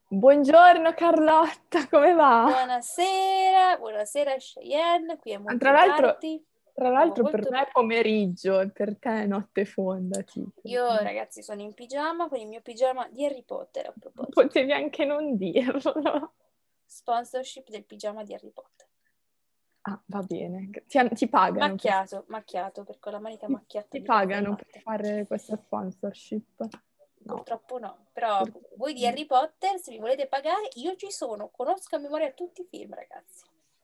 Buongiorno Carlotta, come va? Buonasera, buonasera Cheyenne, qui è Ah, molto tardi, tra siamo l'altro per molto... me è pomeriggio e per te è notte fonda, tipo. Io ragazzi sono in pigiama con il mio pigiama di Harry Potter a proposito, Potevi anche non dirlo. sponsorship del pigiama di Harry Potter. Ah, va bene. Ti pagano Macchiato, macchiato, perché ho la manica macchiata ti di caffè e pagano per latte. fare questa sponsorship? No, Purtroppo no, però purtroppo voi di no. Harry Potter, se mi volete pagare, io ci sono, conosco a memoria tutti i film ragazzi.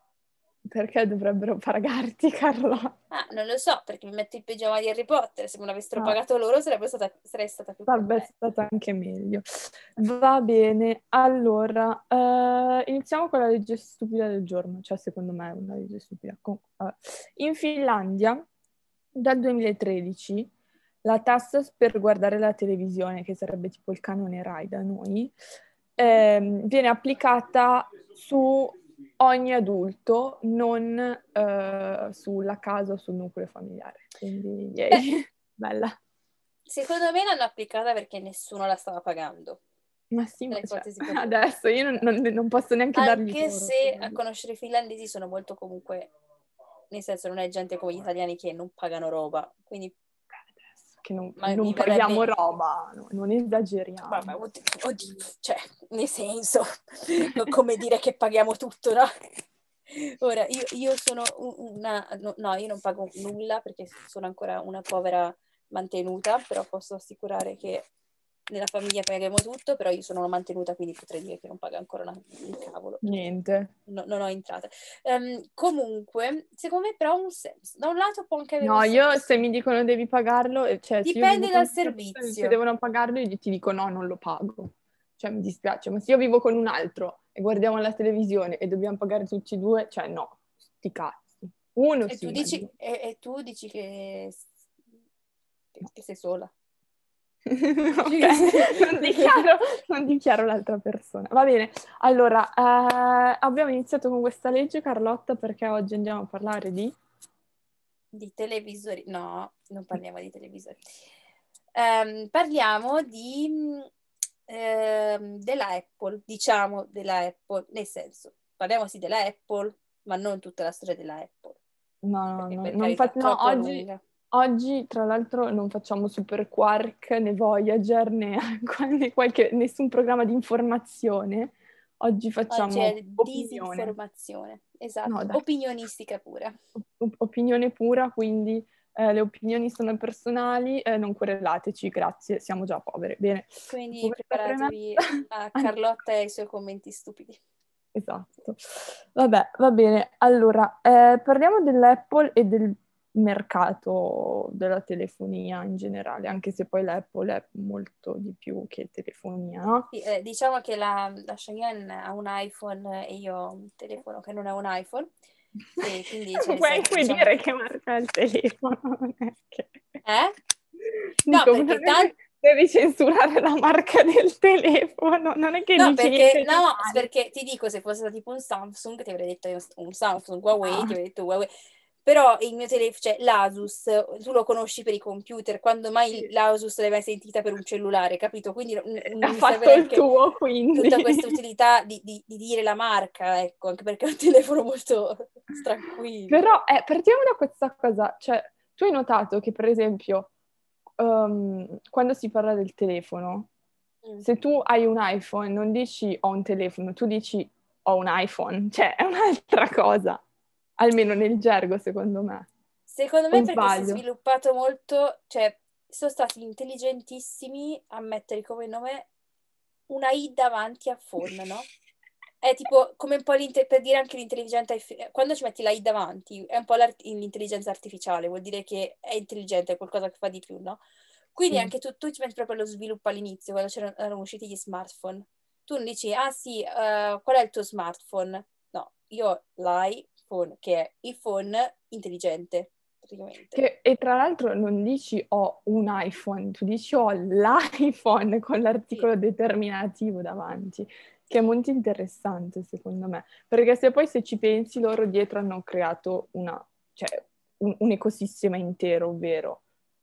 Perché dovrebbero pagarti, Carlotta? Ah, non lo so, perché mi metto il pigiama di Harry Potter, se me l'avessero Ah, pagato loro sarei stata più sarebbe contenta. stato anche meglio. Va bene, allora, iniziamo con la legge stupida del giorno, cioè secondo me è una legge stupida. Comunque, vabbè. In Finlandia, dal 2013, la tassa per guardare la televisione, che sarebbe tipo il canone Rai da noi, Mm? viene applicata su ogni adulto, non sulla casa o sul nucleo familiare. Quindi, Beh, yay, bella. secondo me l'hanno applicata perché nessuno la stava pagando. Ma sì, È ma cioè, l'ipotesi profonda. adesso io non posso neanche dargli Anche loro se a soldi. conoscere i finlandesi sono molto comunque, nel senso non è gente come gli italiani che non pagano roba, quindi Adesso che non mi verrebbe... paghiamo roba, no, non Vabbè, esageriamo. oddio, cioè, nel senso, come dire che paghiamo tutto, no? Ora, io sono una... No, io non pago nulla perché sono ancora una povera mantenuta, però posso assicurare che nella famiglia paghiamo tutto, però io sono una mantenuta, quindi potrei dire che non pago ancora un cavolo, perché Niente. non ho entrate. Comunque, secondo me però ha un senso. Da un lato può anche avere un No, io senso. se mi dicono devi pagarlo, cioè se io vivo Dipende con dal una persona e dice servizio. devono pagarlo, io ti dico no, non lo pago. Cioè mi dispiace, ma se io vivo con un altro e guardiamo la televisione e dobbiamo pagare tutti e due, cioè no, sti cazzi. Uno E tu sì, ma dici, due. e tu dici No. che sei sola. Dici Ok, che sei... non dichiaro l'altra persona. Va bene, allora, abbiamo iniziato con questa legge, Carlotta, perché oggi andiamo a parlare di... Di televisori. No, non parliamo di televisori. Parliamo della Apple, diciamo della Apple, nel senso, parliamo sì della Apple, ma non tutta la storia della Apple, No, perché no, per carità, no, troppo lunga. oggi tra l'altro non facciamo Super Quark, né Voyager, nessun programma di informazione. Oggi Oggi facciamo è opinione. disinformazione, No, esatto, dai, opinionistica pure. opinione pura, quindi le opinioni sono personali, non querelateci, grazie, siamo già povere. Bene, dopo Quindi questa premessa, preparatevi a Carlotta e ai suoi commenti stupidi. esatto. Vabbè, va bene. Allora, parliamo dell'Apple e del mercato della telefonia in generale, anche se poi l'Apple è molto di più che telefonia, no? Sì, diciamo che la Cheyenne ha un iPhone e io ho un telefono che non è un iPhone, e quindi nel senso, Puoi diciamo... dire che marca è il telefono, non è che... Eh? No, Dico, non perché è che devi censurare la marca del telefono, non è che No, dici perché, niente di no, male. perché ti dico, se fosse stato tipo un Samsung, ti avrei detto un Samsung, Huawei, ti No. avrei detto Huawei. Però il mio telefono, cioè l'Asus, tu lo conosci per i computer, quando mai Sì. l'Asus l'hai mai sentita per un cellulare, capito? Quindi Ha non mi serve fatto il neanche tuo, quindi. tutta questa utilità di dire la marca, ecco, anche perché è un telefono molto tranquillo. Però partiamo da questa cosa, cioè tu hai notato che per esempio quando si parla del telefono, Mm. se tu hai un iPhone non dici ho un telefono, tu dici ho un iPhone, cioè è un'altra cosa, almeno nel gergo secondo me, Secondo o me perché si è sbaglio? sviluppato molto, cioè sono stati intelligentissimi a mettere come nome una I davanti a phone, no? È tipo come un po' per dire anche l'intelligenza, quando ci metti la I davanti, è un po' l'intelligenza artificiale, vuol dire che è intelligente, è qualcosa che fa di più, no? Quindi Sì. anche tu ci metti proprio lo sviluppo all'inizio, quando erano usciti gli smartphone. Tu non dici, ah sì, qual è il tuo smartphone? No, io ho l'iPhone, che è il phone intelligente, praticamente. E tra l'altro non dici ho un iPhone, tu dici ho l'iPhone con Sì. l'articolo determinativo davanti, che è molto interessante secondo me, perché se poi se ci pensi loro dietro hanno creato cioè, un ecosistema intero, ovvero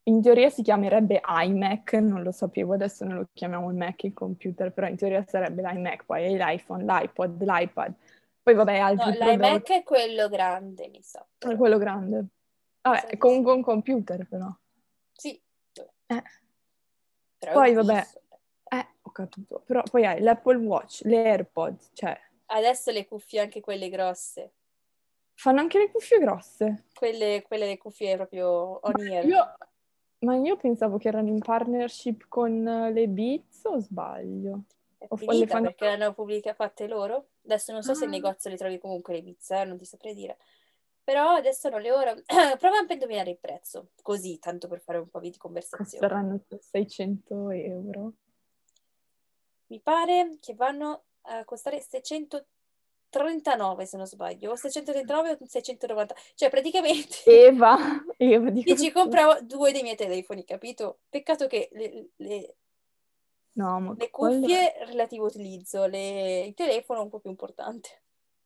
in teoria si chiamerebbe iMac, non lo sapevo, adesso noi lo chiamiamo il Mac, il computer, però in teoria sarebbe l'iMac, poi hai l'iPhone, l'iPod, l'iPad, poi vabbè No, altri l'iMac prodotti, è quello grande, mi sa, è però. quello grande. Mi Vabbè, sa è di sì. comunque un computer però. Sì, Eh, però è un Poi vabbè, fisso. ho capito, però poi hai l'Apple Watch, le AirPods, cioè, Adesso le cuffie anche quelle grosse. fanno anche le cuffie grosse. Quelle le cuffie proprio Ma on ear. io, ma io pensavo che erano in partnership con le Beats o sbaglio? È O le finita fanno... perché l'hanno fatte loro. Adesso non so se in Ah, negozio le trovi comunque le pizze, non ti saprei dire. Però adesso non le ora. Prova a indovinare il prezzo, così, tanto per fare un po' di conversazione. costeranno 600 euro. Mi pare che vanno a costare 639 se non sbaglio, o 639 o 690. Cioè praticamente Eva, Eva di io ci costo. compravo due dei miei telefoni, capito? Peccato che No, ma le quello è... cuffie relativo utilizzo, il telefono è un po' più importante.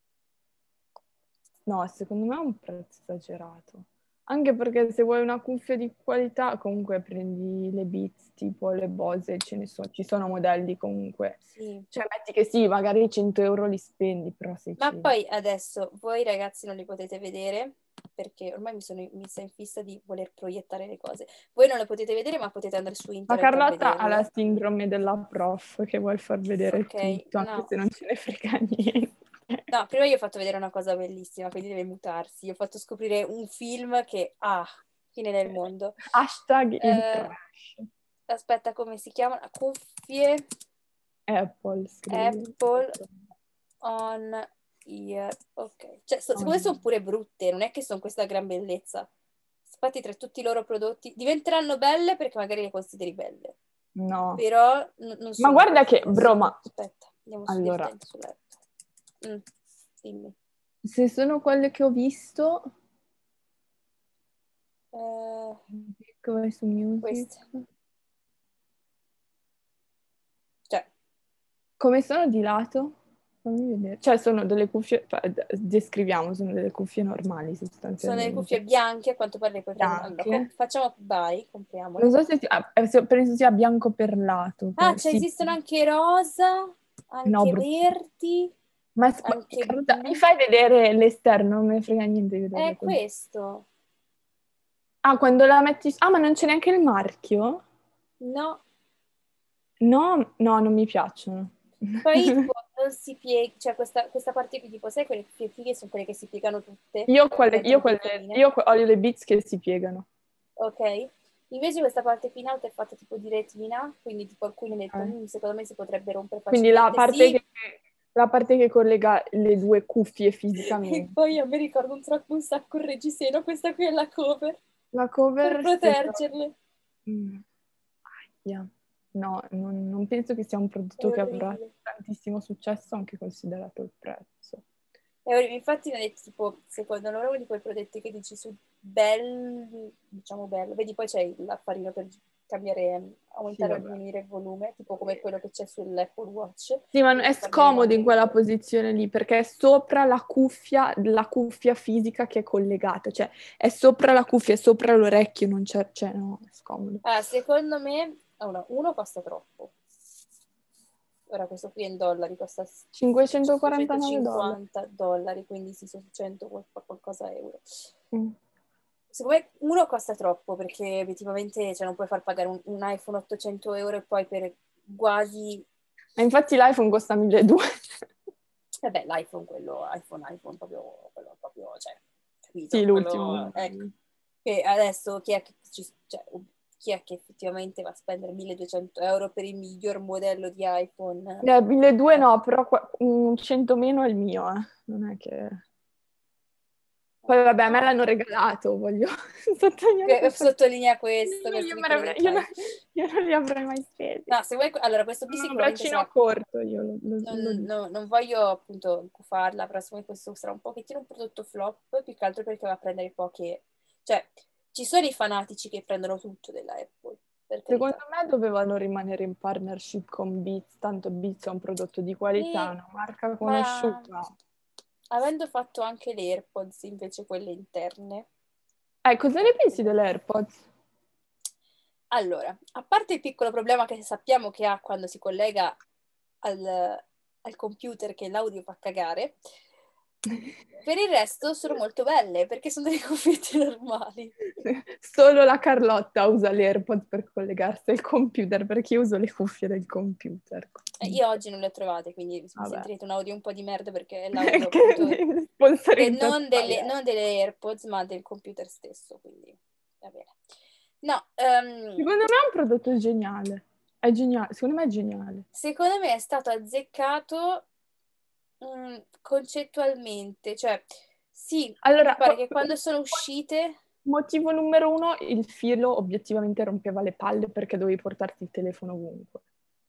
No, secondo me è un prezzo esagerato. Anche perché se vuoi una cuffia di qualità, comunque prendi le Beats, tipo le Bose, ce ne sono, ci sono modelli comunque. Sì. Cioè, metti che sì, magari 100 euro li spendi, però Ma 600. poi adesso voi ragazzi non li potete vedere perché ormai mi sono messa in fissa di voler proiettare le cose. Voi non le potete vedere, ma potete andare su Ma internet a Carlotta ha la vederle. sindrome della prof che vuol far vedere Ok, tutto, anche no. se non ce ne frega niente. No, prima io ho fatto vedere una cosa bellissima, quindi deve mutarsi. Io ho fatto scoprire un film che, fine del mondo. Hashtag il Eh, trash. aspetta, come si chiama? Cuffie Apple, scrivi. Apple on ear. Ok. Cioè, secondo me sono pure brutte, non è che sono questa gran bellezza. Infatti, tra tutti i loro prodotti diventeranno belle perché magari le consideri belle. No. Però non Ma sono guarda che, queste. bro, ma... Aspetta, andiamo su Allora, direttamente sull'app. Dimmi. se sono quelle che ho visto, Eh, come su Music, queste. Cioè, come sono di lato? Fammi vedere. Cioè, sono delle cuffie, descriviamo, sono delle cuffie normali sono le cuffie sostanzialmente. bianche, a quanto pare le puoi prendere. Allora, Bianche. facciamo buy, Non compriamole. so se, penso sia bianco perlato. Cioè Sì. esistono anche rosa, No, anche bruttino. verdi, Ma anche Carlotta, mi blu. fai vedere l'esterno? Non me ne frega niente di È vederlo così. questo. Ah, quando la metti... Ah, ma non c'è neanche il marchio? No. No, no, non mi piacciono. Poi tipo non si piega, cioè questa parte qui, tipo, sai quelle cuffie fighe sono quelle che si piegano tutte Io, e diventano piccoline. ho le Beats che si piegano. Ok? Invece questa parte qui in alto è fatta tipo di retina, quindi tipo alcuni hanno detto, Ok. Secondo me si potrebbe rompere Quindi facilmente. Sì, la parte che collega le due cuffie e fisicamente. poi a me ricordo un sacco il reggiseno, questa qui è la cover, La per cover sembra... proteggerle. Mm, ahia. No, non penso che sia un È prodotto che avrà orribile. tantissimo successo, anche considerato il prezzo. Infatti mi ha detto tipo, secondo loro uno di quei prodotti che dici su bello, diciamo bello, vedi poi c'è l'affarino per cambiare, Sì, aumentare o vabbè. diminuire il volume, tipo come quello che c'è sull'Apple Watch, Sì, ma per è risparmiare scomodo in batteria. quella posizione lì perché è sopra la cuffia fisica che è collegata, cioè è sopra la cuffia, è sopra l'orecchio, non c'è, cioè no, è scomodo. Secondo me, allora, uno costa troppo. Ora questo qui in dollari costa $549. $550, quindi sì, sono 100 qualcosa euro. Mm. Secondo me uno costa troppo perché effettivamente cioè, non puoi far pagare un iPhone 800 euro e poi per quasi... E infatti l'iPhone costa 1.200. Vabbè, l'iPhone, iPhone, proprio, cioè, Sì, capito? l'ultimo Quello, ecco. modello. Che adesso chi è che effettivamente va a spendere 1200 euro per il miglior modello di iPhone? 1.200 no, però un 100 meno è il mio, eh. Non è che... Poi vabbè, a me l'hanno regalato, voglio sottolineare questa cosa. Sottolinea questo piccolo dettaglio. Io non li avrei mai spesi. No, se vuoi, allora questo qui Sono un sicuramente braccino sarà corto, io lo non, dico. non voglio appunto cufarla, però secondo me questo sarà un pochettino un prodotto flop, più che altro perché va a prendere poche... Cioè, ci sono i fanatici che prendono tutto della Apple, per Secondo carità. me dovevano rimanere in partnership con Beats, tanto Beats è un prodotto di qualità, E, una marca ma conosciuta. avendo fatto anche le AirPods, invece quelle interne, Cosa ne cioè pensi quelle... delle AirPods? Allora, a parte il piccolo problema che sappiamo che ha quando si collega al computer, che l'audio fa cagare, per il resto sono molto belle perché sono delle cuffiette normali. Solo la Carlotta usa le AirPods per collegarsi al computer, perché io uso le cuffie del computer. Io oggi non le ho trovate, quindi mi Vabbè. sentirete un audio un po' di merda perché è l'audio appunto Che sponsorizzato non delle AirPods, ma del computer stesso, quindi va bene. No, Secondo me è un prodotto geniale. È geniale, secondo me è geniale. secondo me è stato azzeccato concettualmente, cioè sì, mi Allora, pare che quando sono uscite... motivo numero uno, il filo obiettivamente rompeva le palle perché dovevi portarti il telefono ovunque.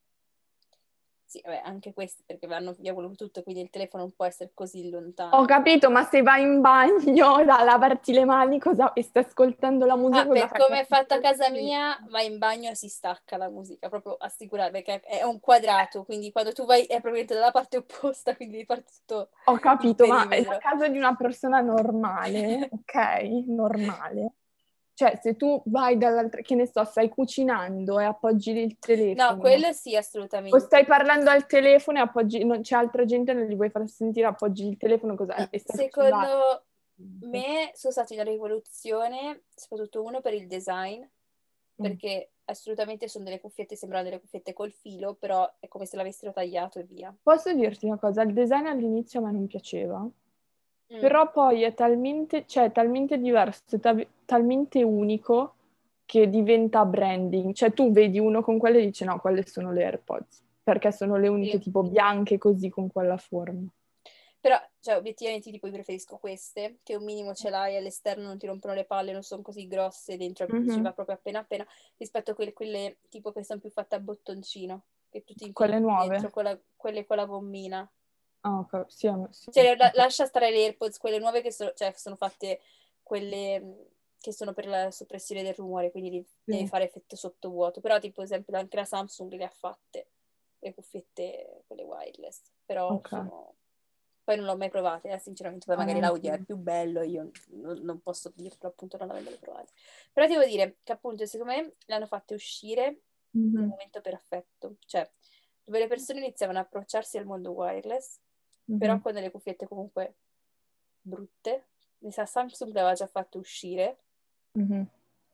Sì, vabbè, anche questi perché vanno via quello tutto, quindi il telefono non può essere così Ho lontano. capito, ma se vai in bagno a lavarti le mani e stai ascoltando la musica, Ah, cosa per fai? come è fatta a Il casa mia, telefono. vai in bagno e si stacca la musica, proprio assicurare, perché è un quadrato, quindi quando tu vai è probabilmente dalla parte opposta, quindi devi fare tutto Ho il capito, ma è la perimetro. casa di una persona normale, ok? Normale. Cioè, se tu vai dall'altra, che ne so, stai cucinando e appoggi il No, telefono, quello sì, o stai assolutamente. parlando al telefono e appoggi, c'è altra gente, non li vuoi far sentire, appoggi il telefono No, e stai facendo altro. secondo me sono stati una rivoluzione, soprattutto uno per il design, Mm. perché assolutamente sono delle cuffiette, sembrano delle cuffiette col filo, però è come se l'avessero tagliato e via. Posso dirti una cosa? Il design all'inizio a me non piaceva, Mm, però poi è talmente, cioè, è talmente diverso, talmente unico che diventa branding. Cioè tu vedi uno con quelle e dici no, quelle sono le AirPods, perché sono le uniche sì. tipo bianche così con quella forma. Però, cioè, obiettivamente tipo io preferisco queste, che un minimo ce l'hai all'esterno, non ti rompono le palle, non sono così grosse, dentro ci Mhm. va proprio appena appena, rispetto a quelle tipo che sono più fatte a bottoncino, che tu ti infili Quelle tutto dentro, nuove? quelle con la gommina. Ah, ok, sì, sì, Cioè, ok. lascia stare le AirPods, quelle nuove che sono, cioè, sono fatte quelle che sono per la soppressione del rumore, quindi devi Sì, fare effetto sottovuoto. Però, tipo, ad esempio, anche la Samsung le ha fatte, le cuffiette, quelle wireless. Però ok. sono... Poi non l'ho mai provate, sinceramente, poi magari Neanche l'audio è io. più bello, io non posso dirlo appunto non avendole provate. Però devo dire che appunto secondo me le hanno fatte uscire nel Mhm, momento perfetto, cioè dove le persone iniziavano a approcciarsi al mondo wireless, però mhm, con delle cuffiette comunque brutte. Mi sa Samsung le aveva già fatte uscire mhm.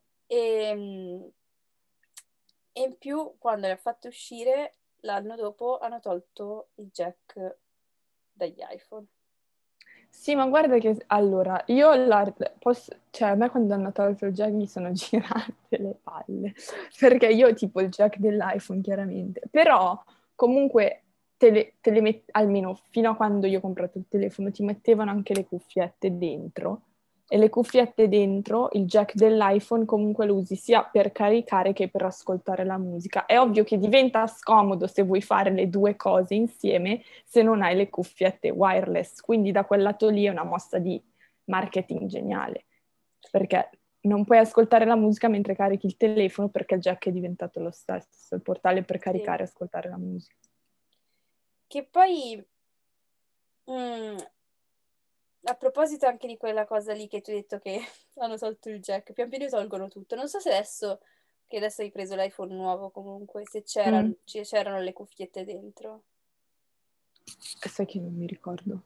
e, e in più quando le ha fatte uscire l'anno dopo hanno tolto il jack dagli iPhone. Sì, ma guarda che allora, cioè a me quando hanno tolto il jack mi sono girate le palle, perché io ho tipo il jack dell'iPhone chiaramente, però comunque almeno fino a quando io ho comprato il telefono, ti mettevano anche le cuffiette dentro e le cuffiette dentro, il jack dell'iPhone comunque lo usi sia per caricare che per ascoltare la musica. È ovvio che diventa scomodo se vuoi fare le due cose insieme se non hai le cuffiette wireless. Quindi da quel lato lì è una mossa di marketing geniale, perché non puoi ascoltare la musica mentre carichi il telefono perché il jack è diventato lo stesso, il portale per Sì. caricare e ascoltare la musica. Che poi, mm, a proposito anche di quella cosa lì che tu hai detto che hanno tolto il jack, pian piano tolgono tutto. Non so se adesso, che adesso hai preso l'iPhone nuovo comunque, se Mm. c'erano le cuffiette dentro. Sai che non mi ricordo.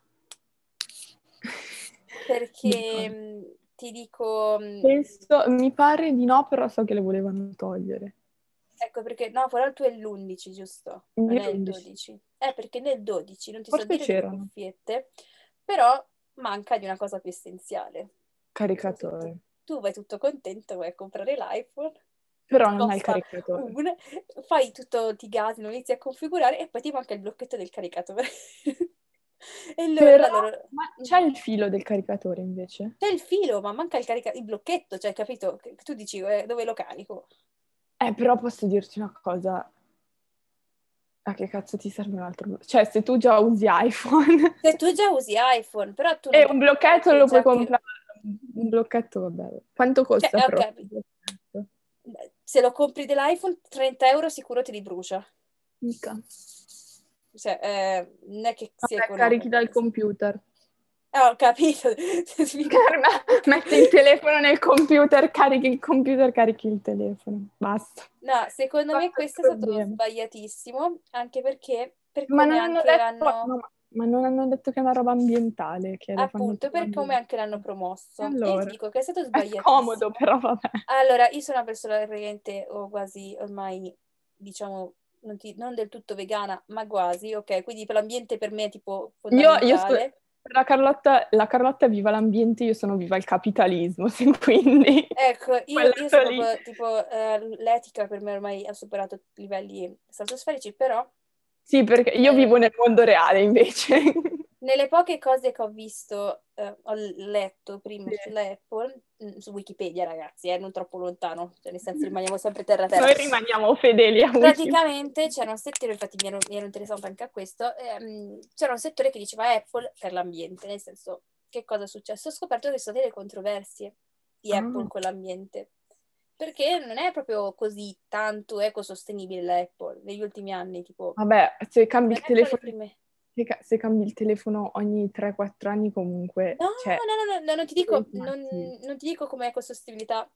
Mi Perché ricordo. ti dico, Mi pare di no, però so che le volevano togliere. ecco perché, no, però il tuo è l'11, giusto? Non è il L'11. 12. Perché nel 12 non ti so Forse dire delle c'erano. cuffiette, però manca di una cosa più essenziale. Così Caricatore. tu vai tutto contento, vai a comprare l'iPhone, Però ti non hai il costa caricatore. fai tutto, ti gasi, lo inizi a configurare e poi ti manca il blocchetto del caricatore. E allora, Però, allora ma c'è il filo del caricatore invece? c'è il filo, ma manca il blocchetto, cioè, capito? Che tu dici dove lo carico? Però posso dirti una cosa. A che cazzo ti serve un altro? Cioè, se tu già usi iPhone Se tu già usi iPhone, però tu non e puoi un mettere blocchetto anche il lo puoi jack. comprare. Un blocchetto, vabbè. Quanto Cioè, costa però? ok, se lo compri dell'iPhone, 30 euro sicuro ti li brucia. Mica. Cioè, non è che sia Vabbè, carichi economico dal così. computer. Ho capito. Metti il telefono nel computer, carichi il telefono. Basta. No, secondo me Quanto questo è stato problema. sbagliatissimo, anche perché per Ma come non hanno anche detto, l'hanno, no, ma non hanno detto che è una roba ambientale, che lo fanno appunto, per per come anche l'hanno l'ambiente. promosso. E io ti Allora, dico che è stato è scomodo, sbagliatissimo. però vabbè. Allora, io sono una persona praticamente o quasi ormai, diciamo, non del tutto vegana, ma quasi, ok? Quindi per l'ambiente per me è tipo fondamentale. Per la Carlotta è viva l'ambiente, io sono viva il capitalismo, quindi Ecco, quel io lato sono lì. proprio tipo l'etica per me ormai ha superato livelli stratosferici, però Sì, perché io eh, vivo nel mondo reale invece. nelle poche cose che ho visto, ho letto prima Sì. sulla Apple, su Wikipedia ragazzi, non troppo lontano, cioè nel senso rimaniamo sempre terra-terra. Noi rimaniamo fedeli a Wikipedia. Praticamente c'era un settore, infatti mi ero interessata anche a questo, c'era un settore che diceva Apple per l'ambiente, nel senso che cosa è successo? Ho scoperto che ci sono delle controversie di Apple Ah, con l'ambiente, perché non è proprio così tanto ecosostenibile la Apple negli ultimi anni, tipo vabbè, se cambi non il è con le telefono, prime. se cambi il telefono ogni 3-4 anni comunque, No, cioè, non ti dico, sì, non ti dico come ecosostenibilità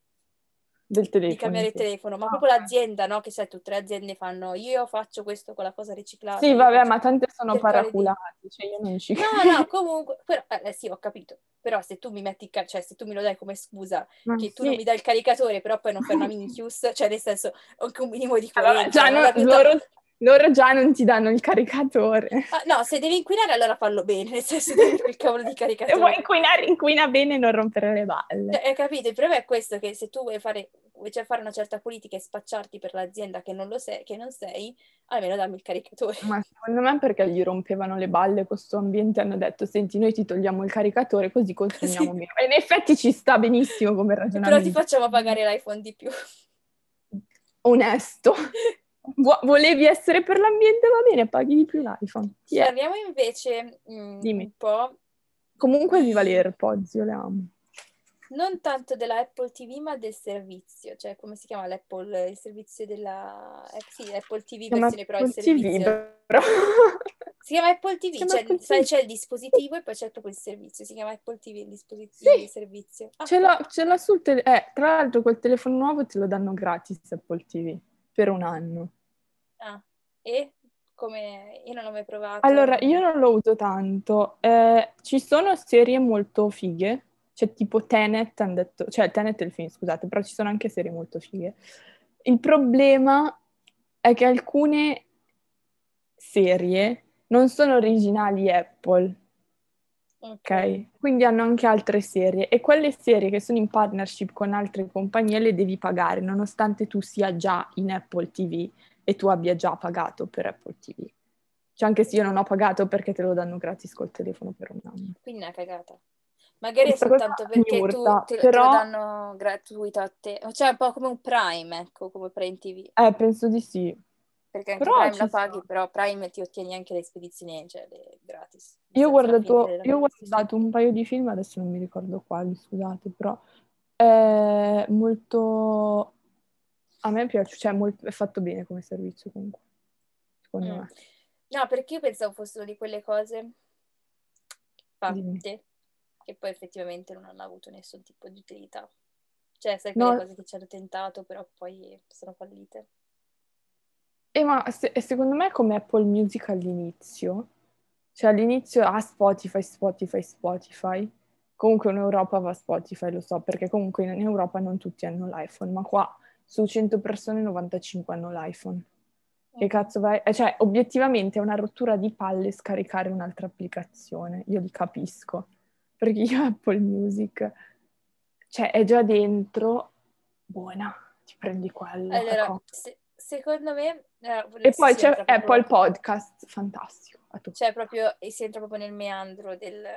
del di telefono, cambiare il intendi. telefono, ma Ah, proprio ok. l'azienda, no? Che sai, tutte le aziende fanno, io faccio questo con la cosa riciclata, Sì, io vabbè, faccio ma tante sono cercare di... paraculati, cioè io non ci No, no, credo. comunque, però, sì, ho capito, però se tu mi metti, cioè se tu me lo dai come scusa Ma che tu non mi sì. dai il caricatore, però poi non fai una minchius, cioè nel senso, anche un minimo di Allora, coerenza, no? La verità... loro già non ti danno il caricatore. Ah, no, se devi inquinare allora fallo bene, nel senso dammi quel cavolo di Se vuoi caricatore. inquinare, inquina bene e non rompere le balle. Cioè, hai capito? Il problema è questo, che se tu vuoi fare una certa politica e spacciarti per l'azienda che non lo sei, che non sei, almeno dammi il caricatore. Ma secondo me perché gli rompevano le balle con questo ambiente hanno detto, senti, noi ti togliamo il caricatore così consumiamo Così. meno. E in effetti ci sta benissimo come Però ti ragionamento. facciamo pagare l'iPhone di più. Onesto. Volevi essere per l'ambiente, va bene, paghi di più l'iPhone. Chi è? Parliamo invece Dimmi. un po' Comunque viva le di, AirPods, io le amo. non tanto della Apple TV, ma del servizio, cioè come si chiama l'Apple, il servizio della, sì, Apple TV Si chiama versione però il Apple TV, servizio. però. Si chiama Apple Si TV, chiama cioè Apple sai, TV. c'è il dispositivo e poi c'è proprio il servizio, si chiama Apple TV, il Sì, servizio. Ah, ce l'ho sul telefono. Tra l'altro col telefono nuovo te lo danno gratis Apple TV per un anno. ah. E come io non l'ho mai Allora, io provato. non lo uso tanto. Ci sono serie molto fighe. C'è tipo Tenet, hanno detto, cioè Tenet è il film, scusate, però ci sono anche serie molto fighe. Il problema è che alcune serie non sono originali Apple, Ok. ok? Quindi hanno anche altre serie e quelle serie che sono in partnership con altre compagnie le devi pagare, nonostante tu sia già in Apple TV e tu abbia già pagato per Apple TV. Cioè, anche se io non ho pagato perché te lo danno gratis col telefono per un anno. Quindi è una cagata. Magari è Questa cosa soltanto mi perché tu urta, te lo però danno gratuito a te, cioè un po' come un Prime, ecco, come Prime TV, penso di sì. perché anche Però Prime la ci paghi, sta. però Prime ti ottieni anche le spedizioni, cioè gratis, nel Io ho senso alla fine te le guardato, danno io ho gratis. guardato un paio di film, adesso non mi ricordo quali, scusate, però è molto... A me piace, cioè è fatto bene come servizio comunque, secondo Mm. me. No, perché io pensavo fossero di quelle cose Dimmi. fatte che poi effettivamente non hanno avuto nessun tipo di utilità. Cioè, sai, quelle No, cose che ci hanno tentato, però poi sono fallite. ma secondo me è come Apple Music all'inizio. Cioè all'inizio Spotify, Spotify, Spotify. Comunque in Europa va Spotify, lo so, perché comunque in Europa non tutti hanno l'iPhone, ma qua su 100 persone 95 hanno l'iPhone. Che Mhm. cazzo vai? Cioè, obiettivamente è una rottura di palle scaricare un'altra applicazione. Io li capisco. Perché io Apple Music, cioè, è già dentro, buona, ti prendi quello, è Allora, comodo. secondo me E poi si c'è entra Apple proprio, Podcast, fantastico. A tu. cioè proprio, e si entra proprio nel meandro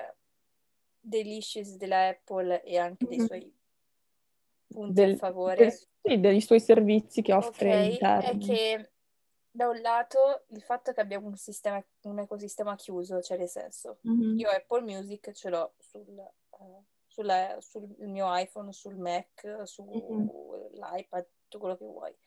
degli issues della Apple e anche dei Mhm. suoi punti a favore. Sì, dei suoi servizi che Ok, offre è all'interno. che da un lato il fatto che abbiamo un ecosistema chiuso, cioè nel senso, Mhm. io Apple Music ce l'ho sul mio iPhone, sul Mac, Mhm. sull'iPad, tutto quello che vuoi.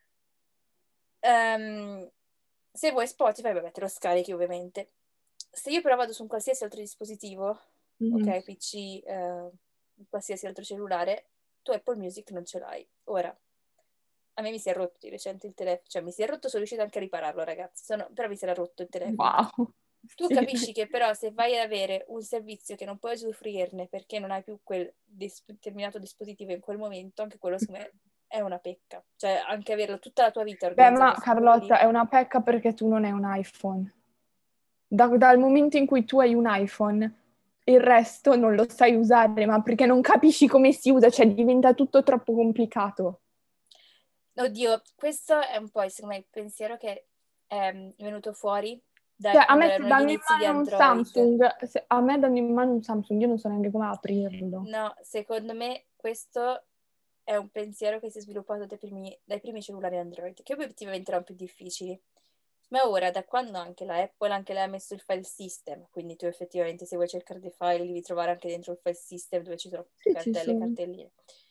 Ehm, Se vuoi Spotify, vabbè, te lo scarichi ovviamente. Se io però vado su un qualsiasi altro dispositivo, ok, PC, qualsiasi altro cellulare, tu Apple Music non ce l'hai. Ora, a me mi si è rotto di recente il telefono, cioè mi si è rotto, sono riuscita anche a ripararlo, ragazzi, però mi si era rotto il telefono. Wow. Tu Sì. capisci che però se vai ad avere un servizio che non puoi usufruirne perché non hai più quel determinato dispositivo in quel momento, anche quello secondo me è una pecca. Cioè anche averlo tutta la tua vita Beh, ma organizzata su quello lì. Carlotta, è una pecca perché tu non hai un iPhone. Dal momento in cui tu hai un iPhone, il resto non lo sai usare, ma perché non capisci come si usa, cioè diventa tutto troppo complicato. Oddio, questo è un po' secondo me il pensiero che è venuto fuori da Cioè, a quando me se erano gli danno in inizi di mano un Android. Samsung, a me danno in mano un Samsung, io non so neanche come aprirlo. No, secondo me questo è un pensiero che si è sviluppato dai primi cellulari Android, che obiettivamente erano più difficili. Ma ora, da quando anche la Apple anche lei ha messo il file system, quindi tu effettivamente se vuoi cercare dei file li devi trovare anche dentro il file system dove ci sono Sì, ci cartelle e sono. cartelline.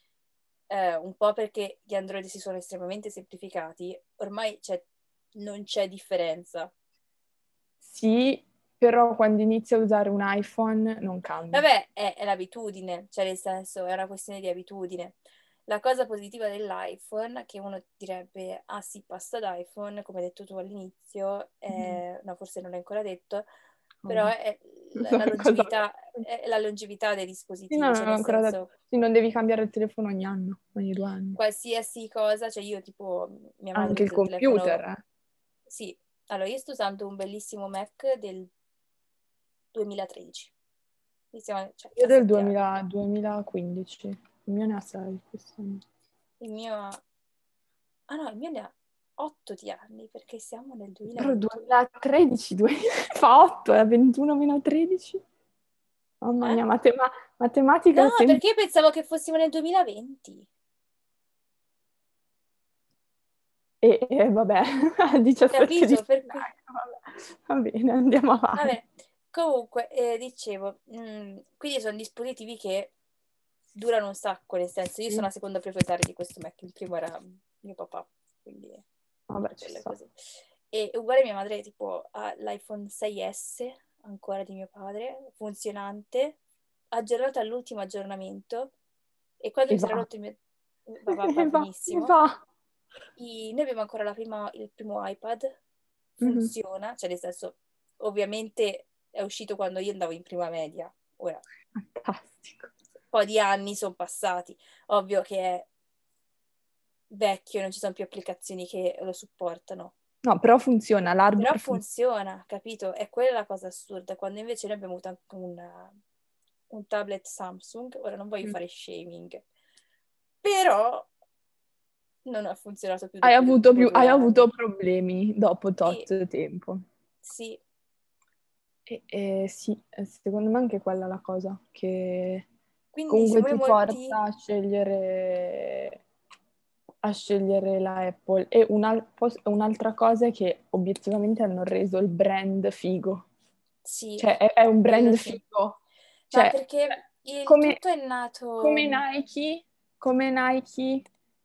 Un po' perché gli Android si sono estremamente semplificati, ormai non c'è differenza. Sì, però quando inizi a usare un iPhone non cambia. Vabbè, è l'abitudine, cioè nel senso è una questione di abitudine. La cosa positiva dell'iPhone, che uno direbbe, ah sì, passa ad iPhone, come hai detto tu all'inizio, no, forse non l'hai ancora detto, però Cosa? è Cosa? la longevità dei Sì, no, dispositivi, non cioè l'ho nel ancora detto. senso, Sì, non devi cambiare il telefono ogni anno, ogni 2 anni. qualsiasi cosa, cioè io tipo, mia madre Anche il usa il computer, telefono, eh. sì, allora io sto usando un bellissimo Mac del 2013, quindi cioè, Io a del 7 anni. 2015. Il mio ne ha 6 quest'anno. Il mio Ah no, il mio ne ha 8 di anni perché siamo nel Però 2021. 2013, fa 8, è 21 meno 13. Mamma Eh? mia, No, matematica sempre. perché io pensavo che fossimo nel 2020. Vabbè, a 17 Capito? Per cui... dicembre. Vabbè. Va bene, andiamo avanti. Vabbè, comunque, dicevo, quindi sono dispositivi che durano un sacco, nel senso, io sono Sì. la seconda proprietaria di questo Mac, il primo era mio papà, quindi Vabbè, ci quello è sta. così. E uguale mia madre, tipo, ha l'iPhone 6S, ancora di mio padre, funzionante, aggiornato all'ultimo aggiornamento, e quando E mi si era va. rotto il mio... va E va, e benissimo. va. Noi abbiamo ancora il primo iPad, Mhm. funziona, cioè nel senso, ovviamente è uscito quando io andavo in prima media, ora Fantastico. un po' di anni sono passati, ovvio che è vecchio, non ci sono più applicazioni che lo supportano, No, però funziona, però l'hardware funziona. funziona, capito? È quella la cosa assurda, quando invece noi abbiamo avuto anche un tablet Samsung, ora non voglio fare shaming, però non ha funzionato più dopo dopo due Hai avuto anni. problemi dopo Sì, tot tempo. sì, Sì, secondo me anche quella è la cosa che quindi comunque secondo me ti molti... porta a scegliere la Apple. E un'altra cosa è che obiettivamente hanno reso il brand figo. Sì, Cioè, è un quello brand sì. figo. Ma Cioè, perché il come, tutto è come nato... Nike, come Nike,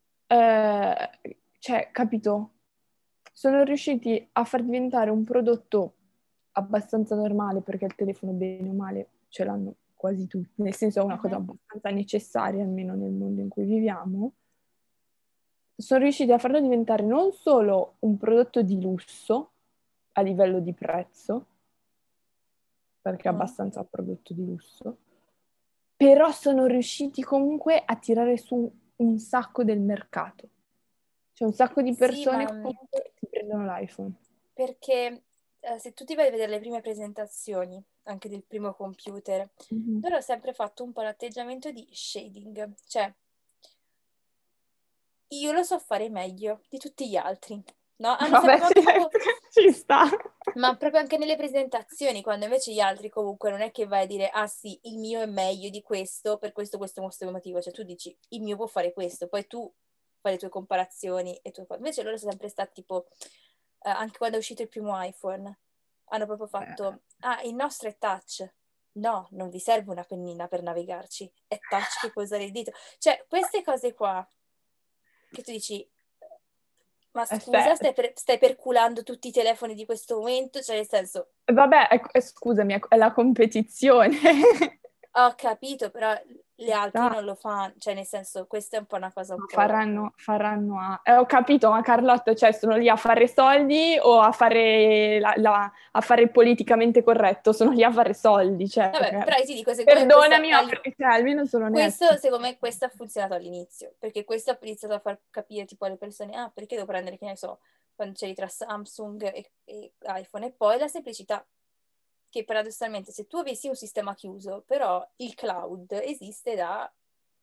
cioè, capito? Sono riusciti a far diventare un prodotto abbastanza normale, perché il telefono bene o male ce l'hanno quasi tutti, nel senso è una cosa Mhm. abbastanza necessaria, almeno nel mondo in cui viviamo. Sono riusciti a farlo diventare non solo un prodotto di lusso a livello di prezzo, perché è Mm. abbastanza un prodotto di lusso, però sono riusciti comunque a tirare su un sacco del mercato. C'è un sacco di Sì, persone ma che comunque si prendono l'iPhone. perché se tu ti vai a vedere le prime presentazioni, anche del primo computer, Mhm. loro hanno sempre fatto un po' l'atteggiamento di shading, cioè io lo so fare meglio di tutti gli altri, no? Hanno Vabbè, sempre sì, fatto proprio... ci sta. Ma proprio anche nelle presentazioni, quando invece gli altri comunque non è che vai a dire, ah sì, il mio è meglio di questo, per questo motivo, cioè tu dici, il mio può fare questo, poi tu fai le tue comparazioni e tu... Invece loro sono sempre stati tipo, anche quando è uscito il primo iPhone, hanno proprio fatto, ah, il nostro è touch. No, non vi serve una pennina per navigarci, è touch che puoi usare il dito. Cioè, queste cose qua, che tu dici, ma scusa, stai perculando tutti i telefoni di questo momento? Cioè, nel senso, Vabbè, scusami, è la competizione. Ho capito, però le altre Ah, non lo fanno, cioè nel senso, questa è un po' una cosa un po'... faranno ho capito, ma Carlotta, cioè, sono lì a fare soldi o a fare, a fare il politicamente corretto? Sono lì a fare soldi, cioè, Vabbè, però io ti dico, secondo me questa, perdonami, ma cioè, almeno sono questo, onesti. secondo me, questo ha funzionato all'inizio, perché questo ha iniziato a far capire tipo alle persone, ah, perché devo prendere, che ne so, quando c'eri tra Samsung e iPhone, e poi la semplicità, che paradossalmente se tu avessi un sistema chiuso, però il cloud esiste da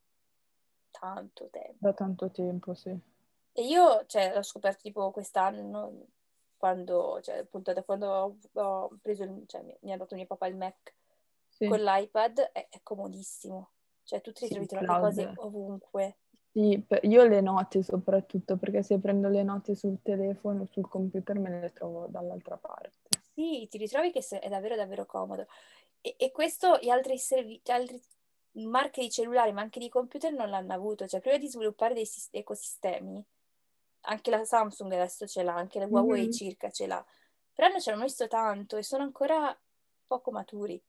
tanto tempo. Da tanto tempo, sì. E io, cioè, l'ho scoperto tipo quest'anno, quando, cioè, appunto, da quando ho preso, cioè, mi ha dato mio papà il Mac Sì, con l'iPad, è comodissimo. Cioè, tu ti sì, ritrovi il le cose cloud. ovunque. Sì, io le note soprattutto, perché se prendo le note sul telefono, sul computer, me le trovo dall'altra parte. Sì, ti ritrovi che è davvero davvero comodo. E questo gli altri, altri marche di cellulari, ma anche di computer non l'hanno avuto. Cioè, prima di sviluppare dei ecosistemi, anche la Samsung adesso ce l'ha, anche la Huawei Mhm. circa ce l'ha, però non ci hanno messo tanto e sono ancora poco maturi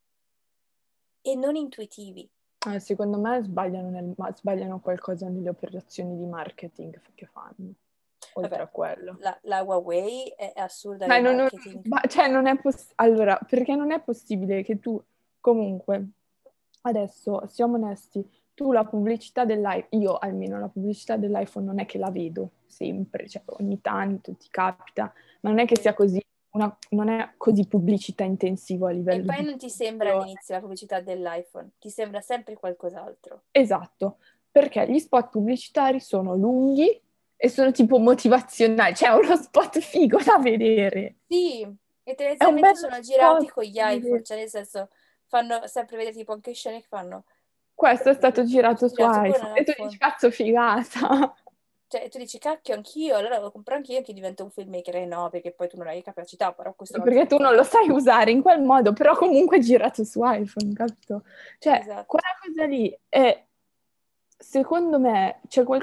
e non intuitivi. Secondo me sbagliano, ma sbagliano qualcosa nelle operazioni di marketing che fanno, oltre Vabbè, a quello. la Huawei è assurda Dai, nel marketing. cioè, non è allora, perché non è possibile che tu, comunque, adesso, siamo onesti, tu la pubblicità dell'iPhone, io almeno la pubblicità dell'iPhone non è che la vedo sempre, cioè ogni tanto ti capita, ma non è che Sì. sia così, non è così pubblicità intensivo a E livello poi di non ti sembra televisione. all'inizio la pubblicità dell'iPhone, ti sembra sempre qualcos'altro. Esatto, perché gli spot pubblicitari sono lunghi e sono tipo motivazionali, cioè è uno spot figo da vedere. Sì, e È un tendenzialmente bello sono girati spot con gli da iPhone, vedere. cioè nel senso fanno sempre vedere tipo anche scene che fanno Questo è stato girato su girato con iPhone e tu dici iPhone. cazzo figata. Cioè tu dici cacchio anch'io, allora lo compro anch'io che divento un filmmaker. No, perché poi tu non hai capacità, però questo è un altro Perché tu non lo discorso. sai usare in quel modo, però comunque è girato su iPhone, capito? Cioè, Esatto. quella cosa lì è, secondo me,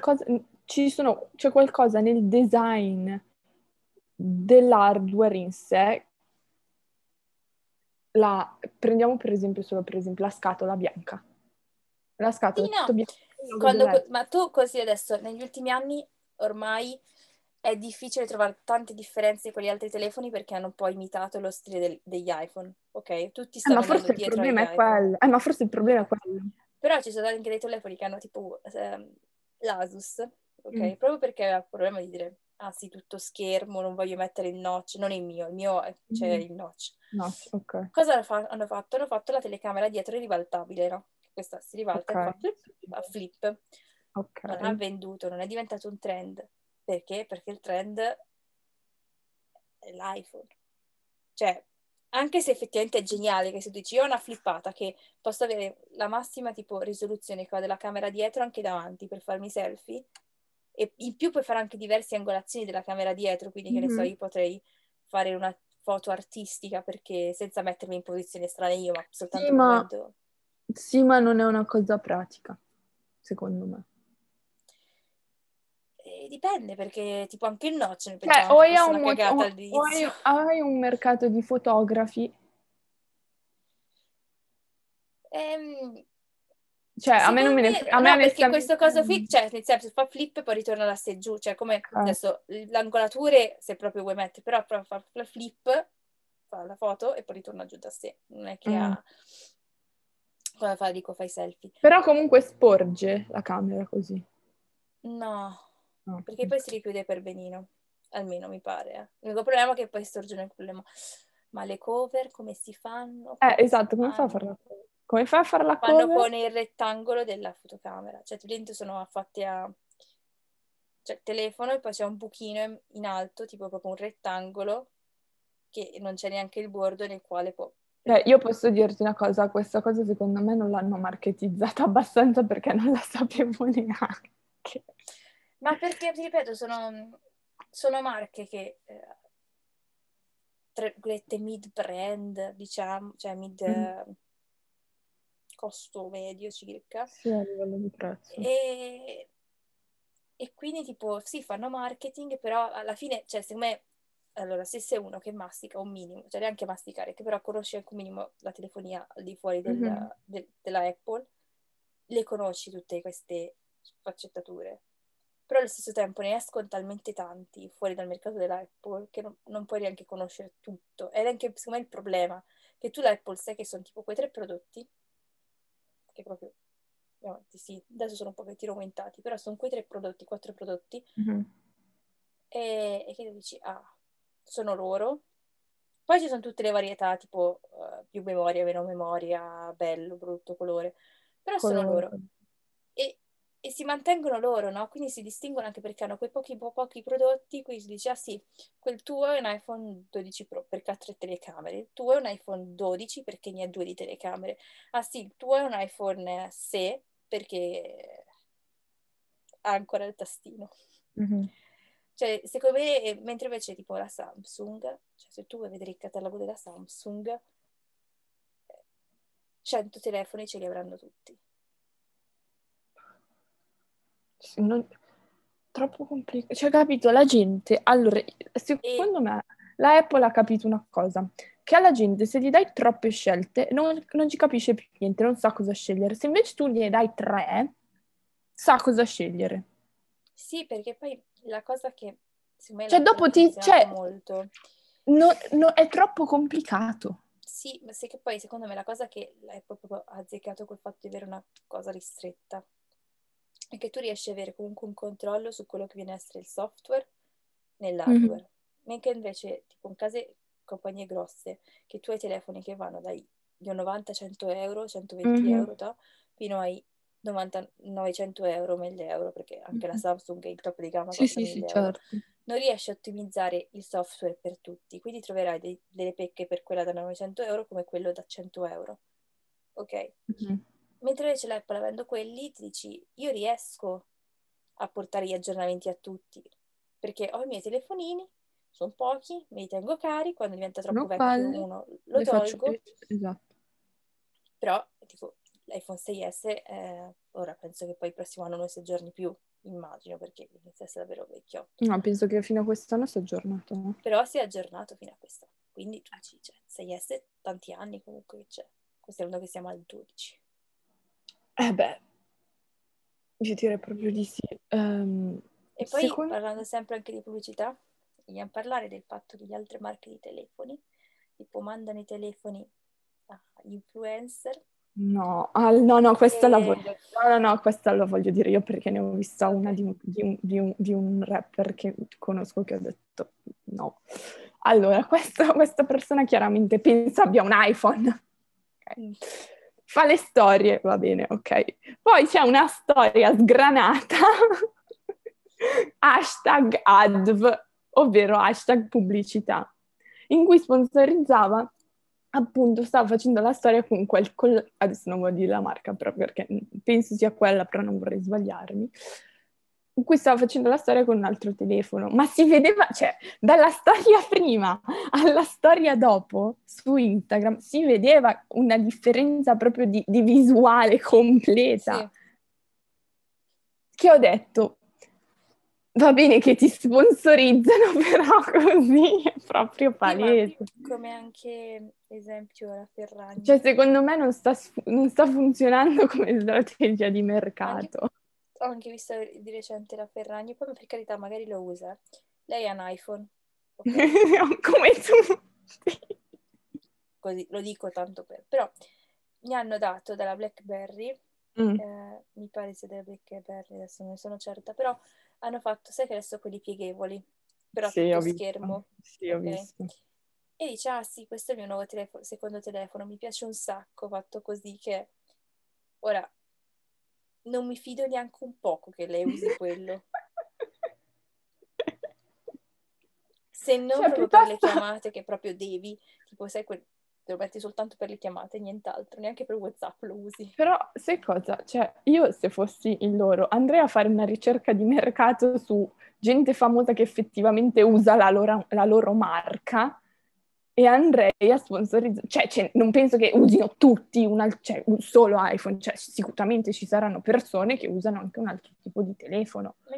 c'è qualcosa nel design dell'hardware in sé. Prendiamo per esempio la scatola bianca. La Sì, scatola tutto no, bianca, il logo dell'iPhone. ma tu così adesso, negli ultimi anni ormai è difficile trovare tante differenze con gli altri telefoni perché hanno un po' imitato lo stile degli iPhone, ok? Tutti Ma stanno andando forse il dietro agli problema è iPhone. quello. Ma forse il problema è quello. Però ci sono anche dei telefoni che hanno tipo l'Asus, Mm. ok? Proprio perché aveva il problema di dire, ah sì, tutto schermo, non voglio mettere il notch, non è il mio c'è Mhm. il notch. No, ok. Cosa hanno fatto? Hanno fatto la telecamera dietro ribaltabile, no? Questa si ribalta Ok. e fa flip, fa flip. Ok. Non ha venduto, non è diventato un trend. Perché? Perché il trend è l'iPhone. Cioè, anche se effettivamente è geniale che se tu dici io ho una flippata che posso avere la massima tipo risoluzione che ho della camera dietro anche davanti per farmi selfie e in più puoi fare anche diverse angolazioni della camera dietro, quindi che ne so, Mhm. io potrei fare una foto artistica perché senza mettermi in posizione strana io, ma Sì, soltanto ma, muovendo. sì, ma non è una cosa pratica, secondo me. E dipende perché tipo anche il notch noi Cioè, pensavamo che fosse una cagata all'inizio. hai un mercato di fotografi, Ehm, cioè, a me non Secondo me ne me, frega, a me no, perché onestamente... questo coso qui, cioè, nel senso, fa flip e poi ritorna da sé giù, cioè, come Ok. adesso, l'angolature, se proprio vuoi mettere, però fa la flip, fa la foto e poi ritorna giù da sé, non è che Mm. ha, come fa, dico, fai selfie. Però comunque sporge la camera così. No, No, perché poi si ok. richiude per benino, almeno mi pare. L'unico problema è che poi sorge il problema, ma le cover come si fanno? Come si Esatto, come fa a farla fanno? cover? Come fa a fare la Fanno cover? con il rettangolo della fotocamera, cioè dentro sono fatti a cioè il telefono e poi c'è un buchino in alto, tipo proprio un rettangolo, che non c'è neanche il bordo nel quale può... Io posso dirti una cosa, questa cosa secondo me non l'hanno marketizzata abbastanza perché non la sapevo neanche. Ma perché, ti ripeto, sono marche che, tra virgolette, mid-brand, diciamo, cioè mid Mm. costo medio circa, Sì, a livello di prezzo. e, e quindi tipo, sì, fanno marketing, però alla fine, cioè, secondo me allora, se sei uno che mastica un minimo, cioè neanche masticare, che però conosce anche un minimo la telefonia al di fuori Mhm. della Apple, le conosci tutte queste sfaccettature. Però allo stesso tempo ne escono talmente tanti fuori dal mercato dell'Apple che non puoi neanche conoscere tutto. Ed è anche, secondo me, il problema, che tu l'Apple sai che sono tipo quei 3 prodotti, che proprio, sì, adesso sono un pochettino aumentati, però sono quei 3 prodotti, 4 prodotti, Mhm. e che dici, ah, sono loro. Poi ci sono tutte le varietà, tipo più memoria, meno memoria, bello, brutto, colore, però sono Colore. loro. E, e si mantengono loro, no? Quindi si distinguono anche perché hanno quei pochi prodotti, qui si dice, ah sì, quel tuo è un iPhone 12 Pro perché ha 3 telecamere, il tuo è un iPhone 12 perché ne ha 2 di telecamere, ah sì, il tuo è un iPhone SE perché ha ancora il tastino. Mhm. Cioè, secondo me, mentre invece tipo la Samsung, cioè se tu vuoi vedere il catalogo della Samsung, 100 telefoni ce li avranno tutti. Sì, troppo complicato. Cioè, capito, la gente... Allora, E secondo me, la Apple ha capito una cosa, che alla gente se gli dai troppe scelte non ci capisce più niente, non sa cosa scegliere. Se invece tu gli dai tre, sa cosa scegliere. sì, perché poi la cosa che secondo me Cioè, l'Apple ha dopo funzionato cioè, molto, è troppo complicato. sì, ma sai che poi secondo me la cosa che l'Apple proprio ha azzeccato col fatto di avere una cosa ristretta è che tu riesci ad avere comunque un controllo su quello che viene a essere il software Mhm. nell'hardware, mentre invece tipo in case compagnie grosse che tu hai telefoni che vanno dai 90-100 euro, 120 Mhm. euro, fino ai 90-900 euro, 1000 euro, perché anche la Mhm. Samsung è il top di gamma Sì, costa sì, sì, 1000 euro, certo. non riesci a ottimizzare il software per tutti, quindi troverai delle pecche per quella da 900 euro come quello da 100 euro, ok? Mhm. Mentre invece l'Apple, avendo quelli, ti dici, io riesco a portare gli aggiornamenti a tutti, perché ho i miei telefonini, sono pochi, me li tengo cari, quando diventa troppo Sono vecchio quelli, uno lo le faccio... tolgo, Esatto. però tipo l'iPhone 6S, ora penso che poi il prossimo anno non si aggiorni più, immagino, perché inizia a essere davvero vecchiotto, No, penso che fino a quest'anno sia aggiornato, no? però si è aggiornato fino a quest'anno, quindi tu dici, cioè, 6S tanti anni comunque che c'è, considerando che siamo al 12. Beh, io direi proprio di sì. E poi, Secondo... parlando sempre anche di pubblicità, vogliamo parlare del fatto che le altre marche di telefoni, tipo, mandano i telefoni a influencer No, no, no, questa la e... voglio... No, no, no, questa la voglio dire io perché ne ho vista Ok, una di un rapper che conosco che ha detto no. Allora, questa persona chiaramente pensa abbia un iPhone. Ok. mm, Fa le storie, va bene, ok. Poi c'è una storia sgranata, hashtag adv, ovvero hashtag pubblicità, in cui sponsorizzava, appunto, stava facendo la storia adesso non voglio dire la marca, però perché penso sia quella, però non vorrei sbagliarmi, in cui stava facendo la storia con un altro telefono, ma si vedeva, cioè, dalla storia prima alla storia dopo su Instagram si vedeva una differenza proprio di visuale completa, sì, che ho detto, va bene che ti sponsorizzano, però così è proprio sì, ma palese. come anche, esempio, la Cioè, Ferragni, secondo me non sta funzionando come strategia di ma anche, mercato. ho anche visto di recente la Ferragni, poi per carità magari lo usa, lei ha un iPhone, ok? Come tutti. Così lo dico tanto per... Però mi hanno dato dalla BlackBerry, Mm. mi pare sia della BlackBerry, adesso non ne sono certa, però hanno fatto, sai che adesso quelli pieghevoli, però Sì, tutto ho visto. schermo, Sì, ho ok? visto. E dice, ah sì, questo è il mio nuovo secondo telefono, mi piace un sacco, fatto così che... Ora, non mi fido neanche un poco che lei usi quello, se non Cioè, proprio per le piuttosto... chiamate che proprio devi, tipo sai, te lo metti soltanto per le chiamate, nient'altro, neanche per WhatsApp lo usi. Però, sai cosa? Cioè, io se fossi in loro andrei a fare una ricerca di mercato su gente famosa che effettivamente usa la loro marca e andrei a sponsorizzare. Cioè, non penso che usino tutti un solo iPhone, cioè sicuramente ci saranno persone che usano anche un altro tipo di telefono. Ma infatti,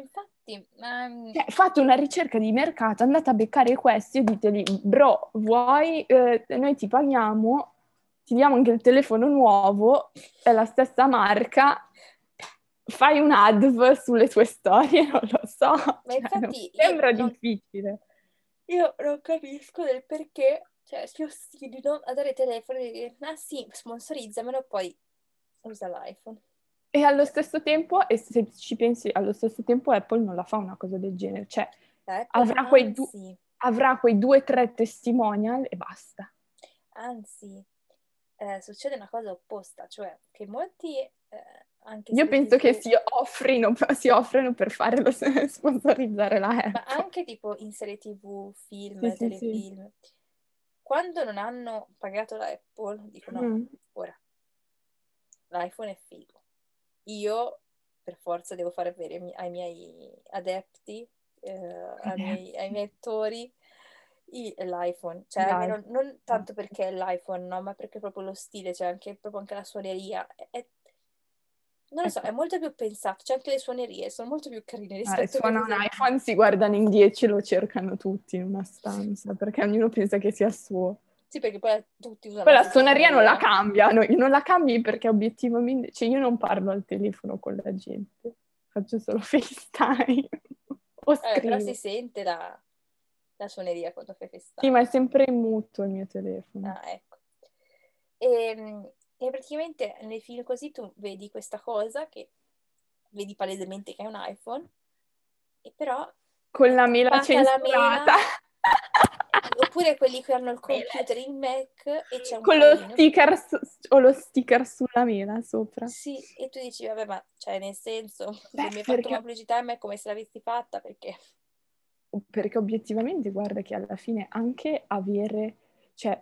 infatti... Cioè, fate una ricerca di mercato, andate a beccare questi e diteli, bro, vuoi, noi ti paghiamo, ti diamo anche il telefono nuovo, è la stessa marca, fai un adv sulle tue storie, non lo so. Ma Cioè, non infatti sembra difficile. io non capisco del perché, cioè, si ostinino a dare telefono e dire, ah sì, sponsorizzamelo, poi usa l'iPhone. E allo stesso tempo, e se ci pensi, allo stesso tempo Apple non la fa una cosa del genere, cioè Apple, avrà anzi, avrà quei 2 o 3 testimonial e basta. anzi, succede una cosa opposta, cioè che molti, anche Io serie penso che TV, si offrono per fare sponsorizzare la ma Apple. anche tipo in serie TV, Sì, film, sì, sì. telefilm, quando non hanno pagato la Apple, dicono, Mm. ora, l'iPhone è figo. Io per forza devo far vedere ai miei adepti, ai miei attori, l'iPhone. Cioè, Dai. almeno non tanto perché è l'iPhone, no, ma perché è proprio lo stile, cioè proprio anche la suoneria. Non lo so, è Ecco, molto più pensato, c'è anche le suonerie, sono molto più carine rispetto che ad suona un esempio... iPhone, si guardano in 10 e lo cercano tutti in una stanza, perché ognuno pensa che sia suo. Sì, perché poi tutti usano Poi la la stessa suoneria non la suoneria. cambiano, non la cambi perché obiettivamente, cioè io non parlo al telefono con la gente, faccio solo FaceTime o Però si scrivo. sente la suoneria quando fai Sì, ma è FaceTime. sempre in muto il mio telefono. Ah, ecco. E praticamente nei film così tu vedi questa cosa che vedi palesemente che è un iPhone, e però Con è la mela tappata la censurata. mela, oppure quelli che hanno il Mela computer, il Mac, e c'è un con lo carino. sticker o lo sticker sulla mela sopra. Sì, e tu dici, vabbè, ma cioè, nel senso, Beh, se mi hai fatto una perché, pubblicità è come se l'avessi fatta, perché... perché obiettivamente guarda che alla fine anche avere, cioè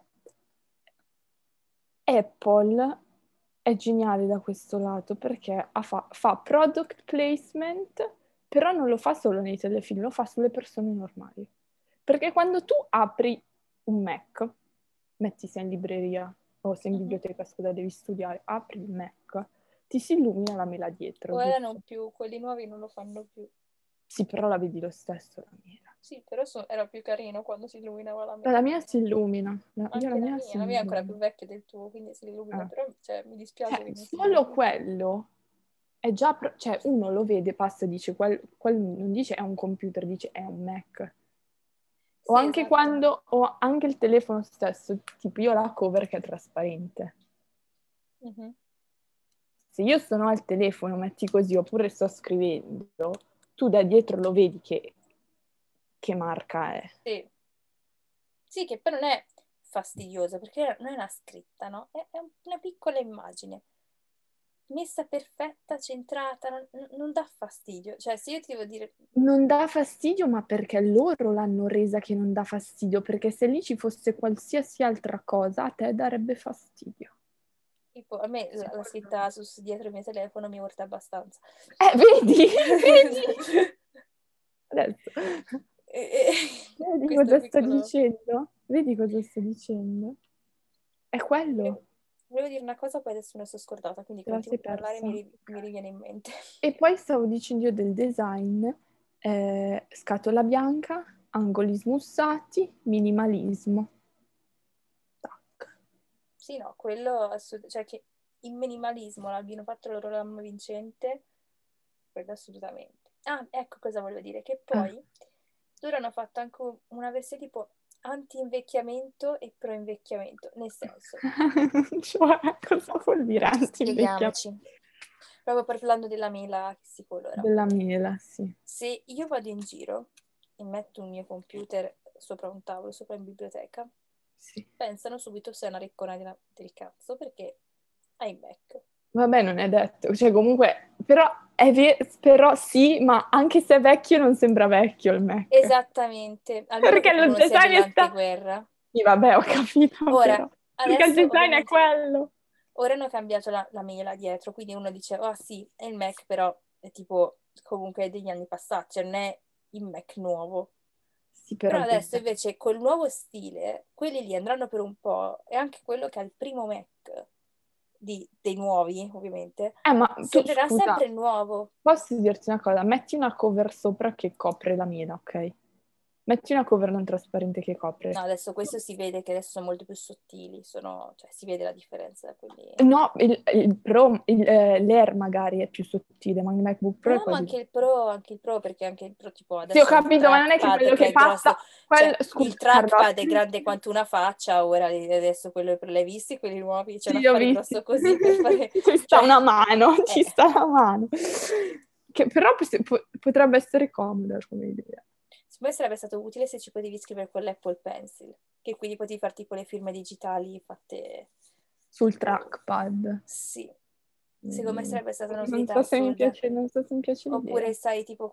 Apple è geniale da questo lato perché fa product placement, però non lo fa solo nei telefilm, lo fa sulle persone normali. Perché quando tu apri un Mac, metti sei in libreria o sei in Mhm. biblioteca, scusa, devi studiare, apri il Mac, ti si illumina la mela dietro, Ora non giusto? più, quelli nuovi non lo fanno più. Sì, però la vedi lo stesso la mela. Sì, però era più carino quando si illuminava la La mela. mia si illumina, io Anche la mia si la mia è ancora illumina. più vecchia del tuo, quindi si illumina, Ah. però cioè, mi dispiace Cioè, che non si solo illumini. quello è già, cioè uno lo vede, passa e dice, non dice è un computer, dice è un Mac. O Sì, anche esatto. quando, o anche il telefono stesso, tipo io ho la cover che è trasparente. Mhm. Se io sono al telefono, metti così, oppure sto scrivendo, tu da dietro lo vedi che marca è. Sì. Sì, che poi non è fastidiosa, perché non è una scritta, no? È una piccola immagine. Messa perfetta, centrata, non dà fastidio. Cioè, se io ti devo dire, Non dà fastidio, ma perché loro l'hanno resa che non dà fastidio, perché se lì ci fosse qualsiasi altra cosa, a te darebbe fastidio. tipo, a me la Secondo scritta me. dietro il mio telefono mi urta abbastanza. Vedi? Vedi? Adesso. E- e- Vedi questo cosa sto piccolo... dicendo? Vedi cosa sto dicendo? È quello. Volevo dire una cosa, poi adesso me ne sono scordata, quindi Te la continui sei a parlare e persa. mi riviene in mente. E poi stavo dicendo io del design, scatola bianca, angoli smussati, minimalismo. Tac. Sì, no, quello cioè che il minimalismo l'abbiano fatto loro l'anno vincente, quello assolutamente. Ah, ecco cosa volevo dire, che Ah. poi loro hanno fatto anche una versione tipo anti-invecchiamento e pro-invecchiamento, nel senso, Cioè, cosa vuol dire anti-invecchiamento? spieghiamoci, proprio parlando della mela che si colora. Della mela, sì. Se io vado in giro e metto un mio computer sopra un tavolo, sopra in biblioteca, Sì. pensano subito se è una riccona del cazzo perché hai il Mac. Vabbè, non è detto, cioè comunque, però, però sì, ma anche se è vecchio non sembra vecchio il Mac. Esattamente, almeno che Perché tu lo non sia design sta... dell'anteguerra. Sì, vabbè, ho capito, Ora, però. Perché il adesso design è ovviamente, quello. ora hanno cambiato la mela dietro, quindi uno dice, oh sì, è il Mac, però è tipo comunque degli anni passati, cioè non è il Mac nuovo. Sì, però Però il adesso design... invece col nuovo stile, quelli lì andranno per un po', e anche quello che ha il primo Mac dei nuovi, ovviamente, Ma tu, sembrerà scusa, sempre nuovo. posso dirti una cosa? Metti una cover sopra che copre la mela, ok? Metti una cover non trasparente che copre. No, adesso questo si vede che adesso sono molto più sottili, cioè si vede la differenza da quelli... No, il Pro, l'Air magari è più sottile, ma il MacBook Pro è No, ma quasi... anche il Pro, perché anche il Pro, tipo, Sì, ho adesso c'è il capito, ma non è che trackpad quello che che è grosso, passa... cioè Scusa, il Carlo. trackpad è grande quanto una faccia, ora adesso quello l'hai visti, quelli nuovi, c'è un Sì, ho affare visto. grosso così per fare, Ci sta cioè, una mano, ci eh, sta una mano. Che però potrebbe essere comoda come idea. secondo me sarebbe stato utile se ci potevi scrivere con l'Apple Pencil, che quindi potevi fare tipo le firme digitali fatte, Sul trackpad. sì, secondo me Mm, sarebbe stata Non un'utilità so se mi assurda. piace, non so se mi piace l'idea. Oppure sai, tipo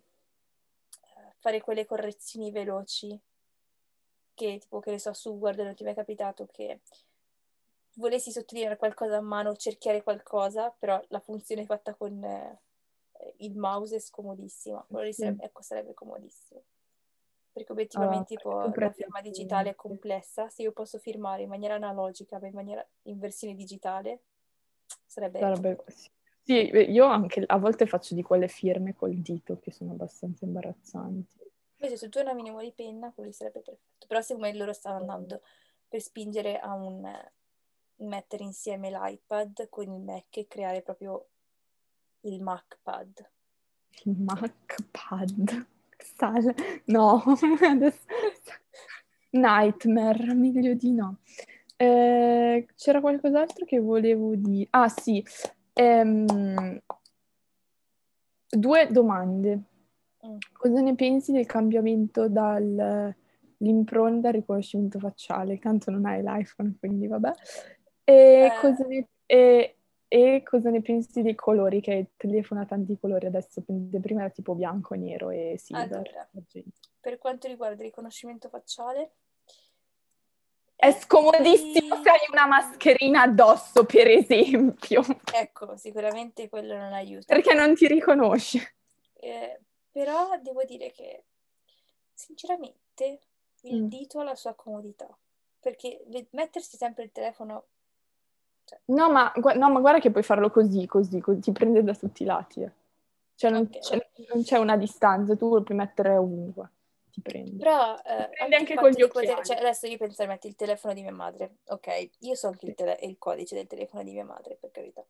fare quelle correzioni veloci che tipo, che ne so, su Word non ti è mai capitato che volessi sottolineare qualcosa a mano, cerchiare qualcosa, però la funzione fatta con il mouse è scomodissima. Quello lì Sì. sarebbe comodissimo. Perché Allora, obiettivamente tipo tu la prendi firma digitale è appunti. complessa, se io posso firmare in maniera analogica, ma in versione digitale, sarebbe... Sarebbe così. Sì, io anche a volte faccio di quelle firme col dito che sono abbastanza imbarazzanti. Invece se tu hai una minimo di penna, quello lì sarebbe perfetto. Però secondo me loro stanno andando per spingere a mettere insieme l'iPad con il Mac e creare proprio il MacPad. Il MacPad. No, adesso... Nightmare, meglio di no. C'era qualcos'altro che volevo dire? Ah, sì. Ehm, Due domande. Mm. Cosa ne pensi del cambiamento dall'impronta al riconoscimento facciale? Tanto non hai l'iPhone, quindi vabbè. E Eh, cosa ne pensi dei colori? Che il telefono ha tanti colori adesso, prima era tipo bianco, nero e silver. allora, Argento. per quanto riguarda il riconoscimento facciale, È è scomodissimo se di... hai una mascherina addosso, per esempio, Ecco, sicuramente quello non aiuta. perché non ti riconosce. Però devo dire che, sinceramente, il Mm. dito ha la sua comodità. Perché mettersi sempre il telefono... Cioè, No, ma guarda che puoi farlo così, ti prende da tutti i lati. Cioè ok, vabbè. non c'è una distanza, tu lo puoi mettere ovunque, ti prende. Però Ti prende anche il anche con fatto gli di poter, cioè occhiali. adesso io penso, metti il telefono di mia madre, ok, io so anche Sì. il codice del telefono di mia madre, per carità.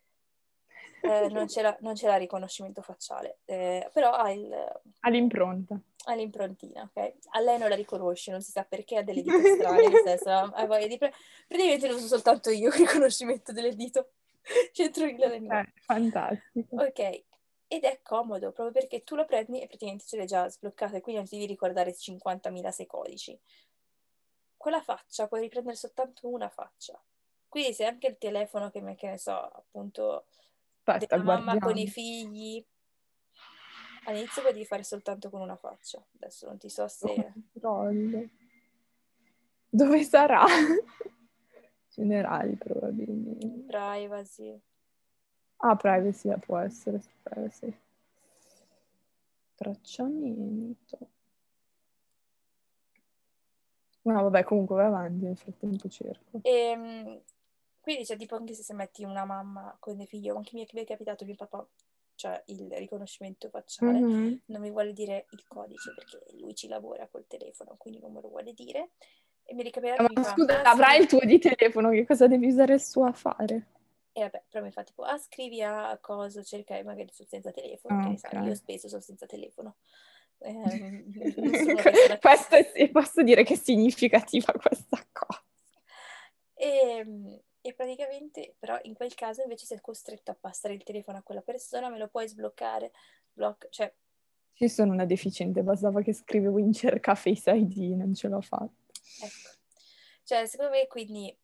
Non c'è la riconoscimento facciale, però All'impronta. ha l'improntina, ok? A lei non la riconosce, non si sa perché, ha delle dita strane, nel senso, ha voglia di praticamente lo uso soltanto io il riconoscimento delle dita, c'entro il nulla. Fantastico. Ok, ed è comodo proprio perché tu lo prendi e praticamente ce l'hai già sbloccato e quindi non ti devi ricordare 50.000 sei codici. Quella faccia puoi riprendere soltanto una faccia. Quindi se anche il telefono che ne so, appunto, Aspetta, della mamma con i guardiamo. figli, all'inizio potevi fare soltanto con una faccia. Adesso non ti so se... Controllo. Dove sarà? Generali probabilmente. Privacy. Ah, privacy, può essere su privacy. Tracciamento. No, vabbè, comunque vai avanti, nel frattempo cerco. Quindi c'è tipo anche se metti una mamma con dei figli, o anche mi è capitato mio papà, cioè il riconoscimento facciale, Mhm. non mi vuole dire il codice perché lui ci lavora col telefono, quindi non me lo vuole dire. E mi è ricapitato che mi Ma fa, scusa, ah, avrai scrivi... il tuo di telefono, che cosa devi usare il suo a fare? E vabbè, però mi fa tipo, ah, scrivi a cosa, cerca magari su senza telefono, che Ah, ne sai, io ok. spesso sono senza telefono. Non sono una persona... Posso dire che è significativa questa cosa. E praticamente, però, in quel caso invece sei costretto a passare il telefono a quella persona, me lo puoi sbloccare, cioè, Ci sono una deficiente, bastava che scrivevo in cerca Face ID, non ce l'ho fatta. ecco. Cioè, secondo me, quindi,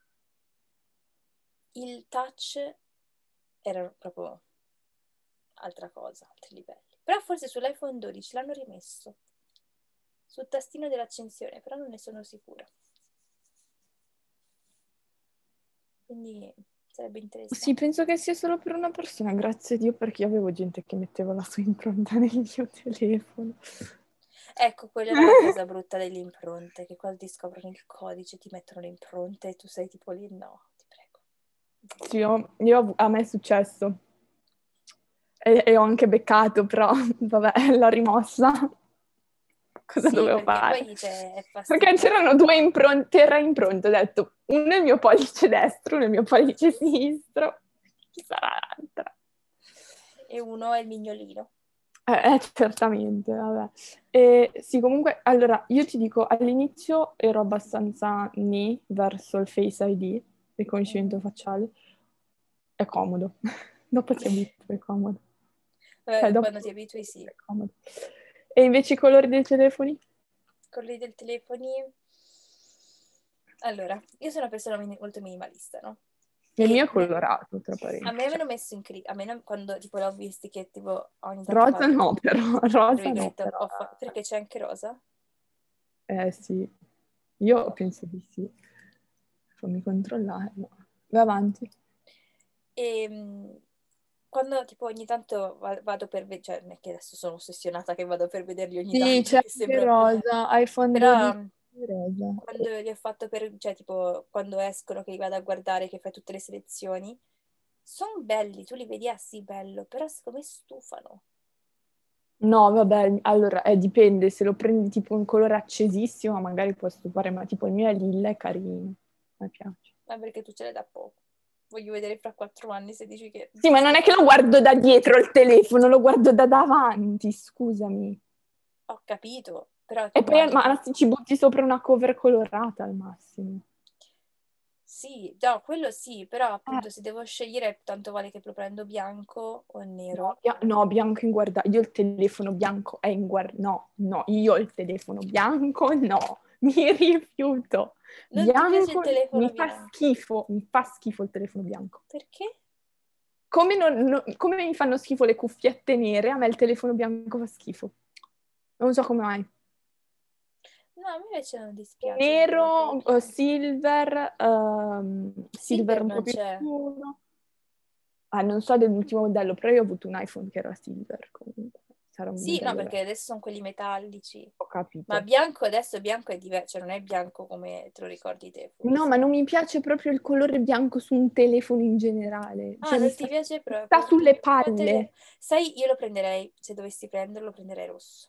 il touch era proprio altra cosa, altri livelli. Però forse sull'iPhone 12 l'hanno rimesso, sul tastino dell'accensione, però non ne sono sicura. Quindi sarebbe Sì, interessante. penso che sia solo per una persona, grazie a Dio, perché io avevo gente che metteva la sua impronta nel mio telefono. Ecco, quella era la cosa brutta delle impronte, che quando ti scoprono il codice ti mettono le impronte e tu sei tipo lì, no, ti prego. Sì, a me è successo e ho anche beccato, però vabbè, l'ho rimossa. Cosa Sì, dovevo perché fare? poi è Perché fastidioso. c'erano due terra impronte, ho detto, uno è il mio pollice destro, uno è il mio pollice sinistro, chi sarà l'altra? E uno è il mignolino. Certamente, vabbè. E sì, comunque, allora, io ti dico, all'inizio ero abbastanza verso il Face ID, riconoscimento Mhm. facciale. È comodo. Dopo ti abitui, è comodo. Cioè, dopo Quando ti abitui, sì. è comodo. E invece i colori dei telefoni? Quelli del telefoni. Allora, io sono una persona molto minimalista, no? Il mio E è colorato, tra a me parentesi. avevano messo in crisi, a me quando tipo l'ho visti che tipo ogni tanto Rosa fanno, no, però. tra Rosa no, virgolette, però. perché c'è anche rosa? Sì. Io Boh. penso di sì. Fammi controllare. No. Vai avanti. E quando tipo ogni tanto vado per vedere, cioè non è che adesso sono ossessionata che vado per vederli ogni Sì, tanto, c'è che anche sembra. rosa, iPhone Però 12 rosa. quando li ho fatto per, cioè tipo quando escono che li vado a guardare, che fai tutte le selezioni, sono belli, tu li vedi, ah sì, bello, però secondo me stufano. No, vabbè, allora, dipende, se lo prendi tipo un colore accesissimo, magari può stupare, ma tipo il mio è lilla, è carino, mi piace. Ma perché tu ce l'hai da poco. Voglio vedere fra 4 anni se dici che Sì, ti ma non è che stufa. lo guardo da dietro il telefono, lo guardo da davanti, scusami. Ho capito, però E poi al immagina. massimo ci butti sopra una cover colorata al massimo. Sì, no, quello sì, però Eh, appunto se devo scegliere tanto vale che lo prendo bianco o no, nero. no, bianco io il telefono bianco è no, no, io il telefono bianco no, mi rifiuto. Non ti piace il Bianco telefono bianco? mi fa schifo il telefono bianco. Perché? Come, come mi fanno schifo le cuffiette nere, a me il telefono bianco fa schifo. Non so come mai. No, a me invece non dispiace il telefono Nero, bianco. silver, silver Silver un non po' più c'è. scuro. Non so dell'ultimo modello, però io ho avuto un iPhone che era silver comunque. Sarà un Sì, no, modello perché vecchio. adesso sono quelli metallici. Ho Ma capito. bianco adesso bianco è diverso, cioè non è bianco come te lo ricordi te, No, ma forse. non mi piace proprio il colore bianco su un telefono in generale. Ah, Cioè, non ti piace mi sta proprio? sulle Ma palle. sai, io lo prenderei, se dovessi prenderlo, lo prenderei rosso.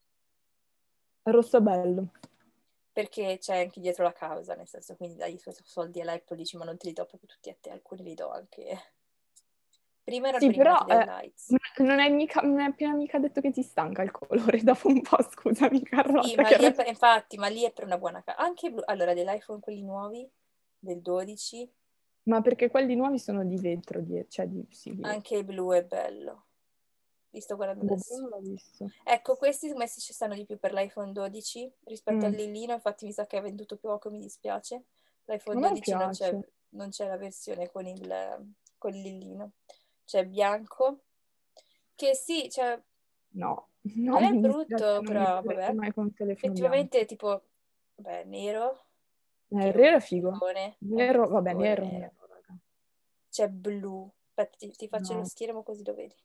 Rosso bello. Perché c'è anche dietro la causa, nel senso, quindi dai i suoi soldi all'Apple, dici, ma non te li do proprio tutti a te, alcuni li do anche. Prima erano Sì, per i però monati dei lights. non è appena mica detto che ti stanca il colore dopo un po', scusami Sì, Carlotta, ma che lì è infatti, ma lì è per una buona causa. Anche allora, dell'iPhone quelli nuovi, del 12, Ma perché quelli nuovi sono di vetro, cioè sì, di vetro. anche il blu è bello. Li sto guardando Boh, adesso. non l'ho visto. Ecco, questi messi ci stanno di più per l'iPhone 12 rispetto al Mm, lillino, infatti mi sa che ha venduto poco, mi dispiace. L'iPhone a me 12 piace. non c'è la versione con il lillino. C'è bianco, che sì, cioè, No, no, non è mi dispiace, brutto, non mi però vedrete vabbè. mai con un telefono bianco. Effettivamente, tipo, vabbè, nero, che è Nero un era figo. figone, è un Nero, vabbè, figone nero, nero. nero, raga. C'è blu. Aspetta, ti faccio lo No, schermo così lo vedi.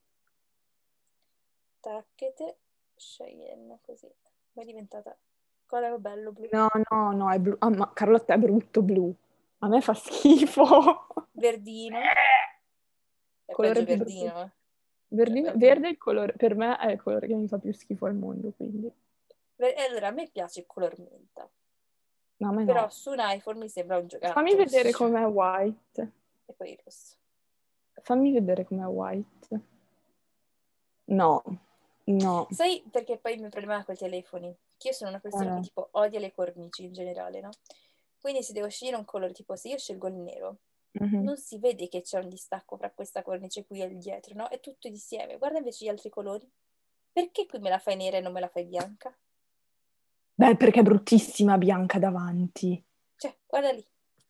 Tacchete, Cheyenne, così. Ma è diventata colore bello blu. no, no, no, è blu. Ah, ma Carlotta è brutto blu. A me fa schifo. Verdino, è Colore peggio più brutto. verdino, eh. È peggio. Verde è il colore, per me è il colore che mi fa più schifo al mondo, quindi. Allora, a me piace il color menta, No, a me però no. su un iPhone mi sembra un Fammi giocattolo. vedere com'è white. E poi il rosso. Fammi vedere com'è white. No, no. Sai perché poi il mio problema con i telefoni? Che io sono una persona che Eh, tipo odia le cornici in generale, no? Quindi se devo scegliere un colore, tipo se io scelgo il nero, mhm. non si vede che c'è un distacco fra questa cornice qui e il dietro, no? È tutto insieme. Guarda invece gli altri colori. Perché qui me la fai nera e non me la fai bianca? Beh, perché è bruttissima bianca davanti. Cioè, guarda lì.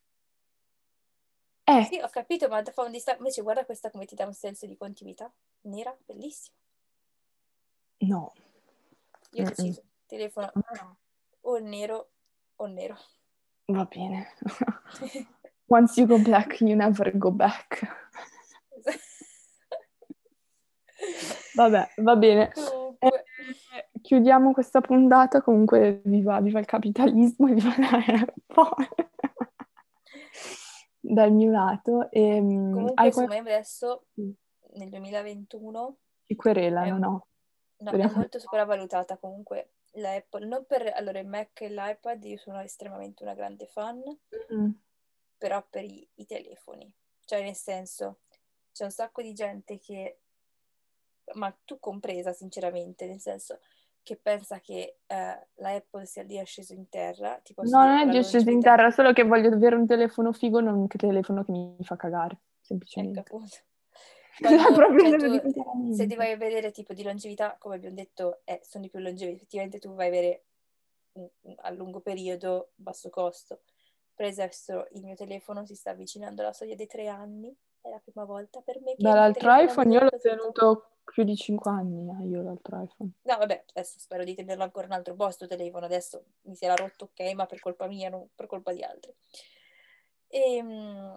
Eh, Sì, ho capito, ma fa un distacco. Invece guarda questa come ti dà un senso di continuità. Nera, bellissima. no. Io ho Mm-mm. deciso. Telefono No. o nero o nero. Va bene. Once you go black, you never go back. Vabbè, va bene. Comunque, Chiudiamo questa puntata. Comunque, viva il capitalismo e viva la Apple. dal mio lato. Comunque, secondo me adesso, nel 2021, Ci è, querelano, no? no, è Speriamo. molto sopravvalutata comunque la Apple. Non per, allora, il Mac e l'iPad io sono estremamente una grande fan, Mm. però per i telefoni. Cioè, nel senso, c'è un sacco di gente che, ma tu compresa, sinceramente, nel senso che pensa che la Apple sia lì sceso in terra, ti posso No, dire, non con è la già sceso in longevità. terra, solo che voglio avere un telefono figo, non un telefono che mi fa cagare, Ecco, semplicemente. appunto. Proprio Cioè te lo tu, dico se ti chiaramente. vai a vedere tipo di longevità, come abbiamo detto, sono i più longevi, effettivamente tu vai a avere a lungo periodo basso costo. Per esempio, il mio telefono si sta avvicinando alla soglia dei 3 anni, è la prima volta per me che un Dall'altro telefono mi iPhone io dura l'ho così tanto. tenuto più di 5 anni, io l'altro iPhone. No, vabbè, adesso spero di tenerlo ancora un altro po' sto telefono, adesso mi si era rotto, ok, ma per colpa mia, non per colpa di altri. E,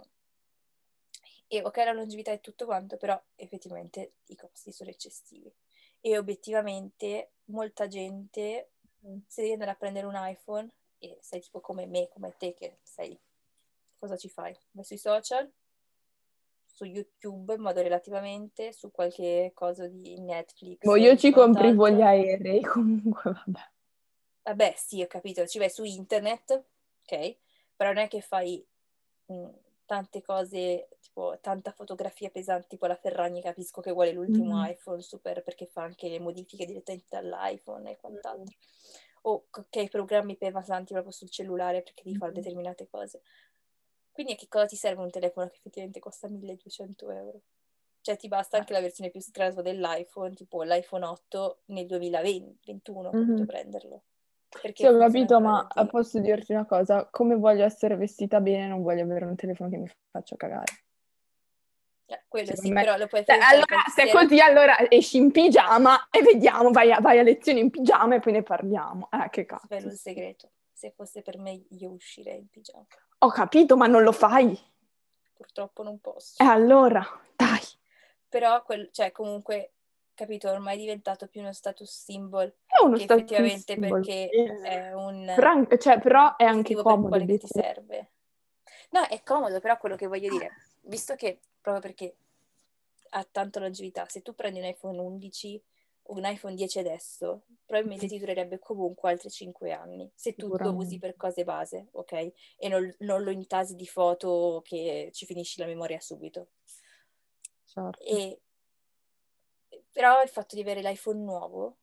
e ok, la longevità è tutto quanto, però effettivamente i costi sono eccessivi. E obiettivamente molta gente, se devi andare a prendere un iPhone, e sei tipo come me, come te, che sei, cosa ci fai? Vai sui social, su YouTube in modo relativamente, su qualche cosa di Netflix Boh, o io di ci compro i voli quant'altro. aerei, comunque, vabbè. Vabbè, sì, ho capito, ci vai su internet, ok? Però non è che fai mh, tante cose, tipo tanta fotografia pesante, tipo la Ferragni, capisco che vuole l'ultimo Mhm. iPhone super perché fa anche le modifiche direttamente dall'iPhone e quant'altro. O che programmi pesanti proprio sul cellulare perché devi fare Mhm. determinate cose. Quindi a che cosa ti serve un telefono che effettivamente costa 1200 euro? Cioè ti basta anche la versione più scrasa dell'iPhone, tipo l'iPhone 8 nel 2021, capito, Mhm. prenderlo. Sì, Perché ho funziona capito, ancora ma da Dio. posso dirti una cosa, come voglio essere vestita bene, non voglio avere un telefono che mi faccia cagare. Quello sì, Secondo me. però lo puoi Cioè, affrontare allora, col se è pensiero. così, allora esci in pigiama e vediamo, vai a lezione in pigiama e poi ne parliamo. Che Svelo cazzo. il segreto. Se fosse per me io uscirei in pigiama. Ho capito, ma non lo fai. Purtroppo non posso. E allora, dai. Però, cioè, comunque, capito, ormai è diventato più uno status symbol È uno che status effettivamente symbol. perché è un Cioè, però è anche dispositivo per il comodo, quale che ti obiettivamente. serve. No, è comodo, però quello che voglio dire, visto che proprio perché ha tanta longevità, se tu prendi un iPhone 11 o un iPhone 10 adesso, probabilmente ti durerebbe comunque altri 5 anni, se tu lo usi Sicuramente. per cose base, ok? E non lo intasi di foto che ci finisci la memoria subito. Certo. E, però il fatto di avere l'iPhone nuovo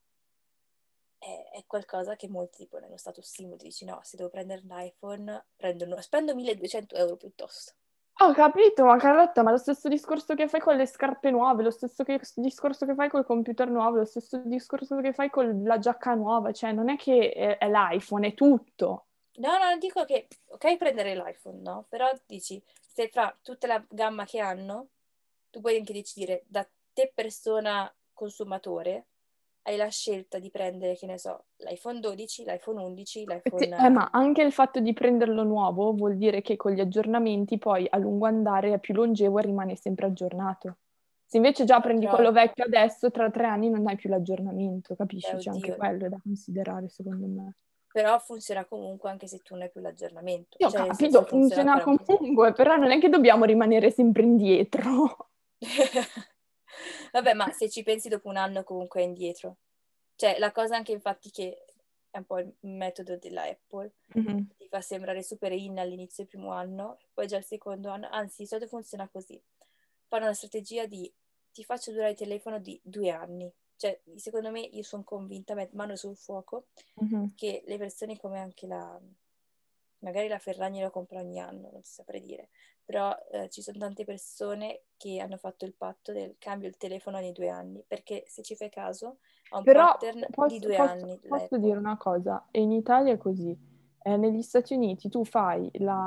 è qualcosa che molti tipo nello status symbol ti dici no, se devo prendere un iPhone spendo 1200 euro piuttosto. Ho capito, ma Carlotta, ma lo stesso discorso che fai con le scarpe nuove, lo stesso discorso che fai col computer nuovo, lo stesso discorso che fai con la giacca nuova, cioè non è che è l'iPhone, è tutto. No, no, dico che ok prendere l'iPhone, no? Però dici, se fra tutta la gamma che hanno, tu puoi anche decidere da te persona consumatore, hai la scelta di prendere, che ne so, l'iPhone 12, l'iPhone 11, Sì, l'iPhone. ma anche il fatto di prenderlo nuovo vuol dire che con gli aggiornamenti poi a lungo andare è più longevo e rimane sempre aggiornato. Se invece già prendi Però, quello vecchio adesso, tra 3 anni non hai più l'aggiornamento, capisci? C'è anche oddio, quello da considerare, secondo me. però funziona comunque anche se tu non hai più l'aggiornamento. Io ho Cioè, nel senso, capito, funziona funziona ancora così. comunque, però non è che dobbiamo rimanere sempre indietro. Vabbè, ma se ci pensi dopo un anno comunque è indietro. Cioè, la cosa anche infatti che è un po' il metodo della Apple, Mhm. ti fa sembrare super in all'inizio del primo anno, e poi già il secondo anno, anzi, di solito funziona così. Fanno una strategia di ti faccio durare il telefono di 2 anni. Cioè, secondo me, io sono convinta, mano sul fuoco, Mhm. che le persone come anche magari la Ferragni lo compra ogni anno, non ti saprei dire, però ci sono tante persone che hanno fatto il patto del cambio il telefono ogni 2 anni, perché se ci fai caso ha un Però pattern di posso, due posso- anni posso dire l'Apple. una cosa, e in Italia è così. Negli Stati Uniti tu fai,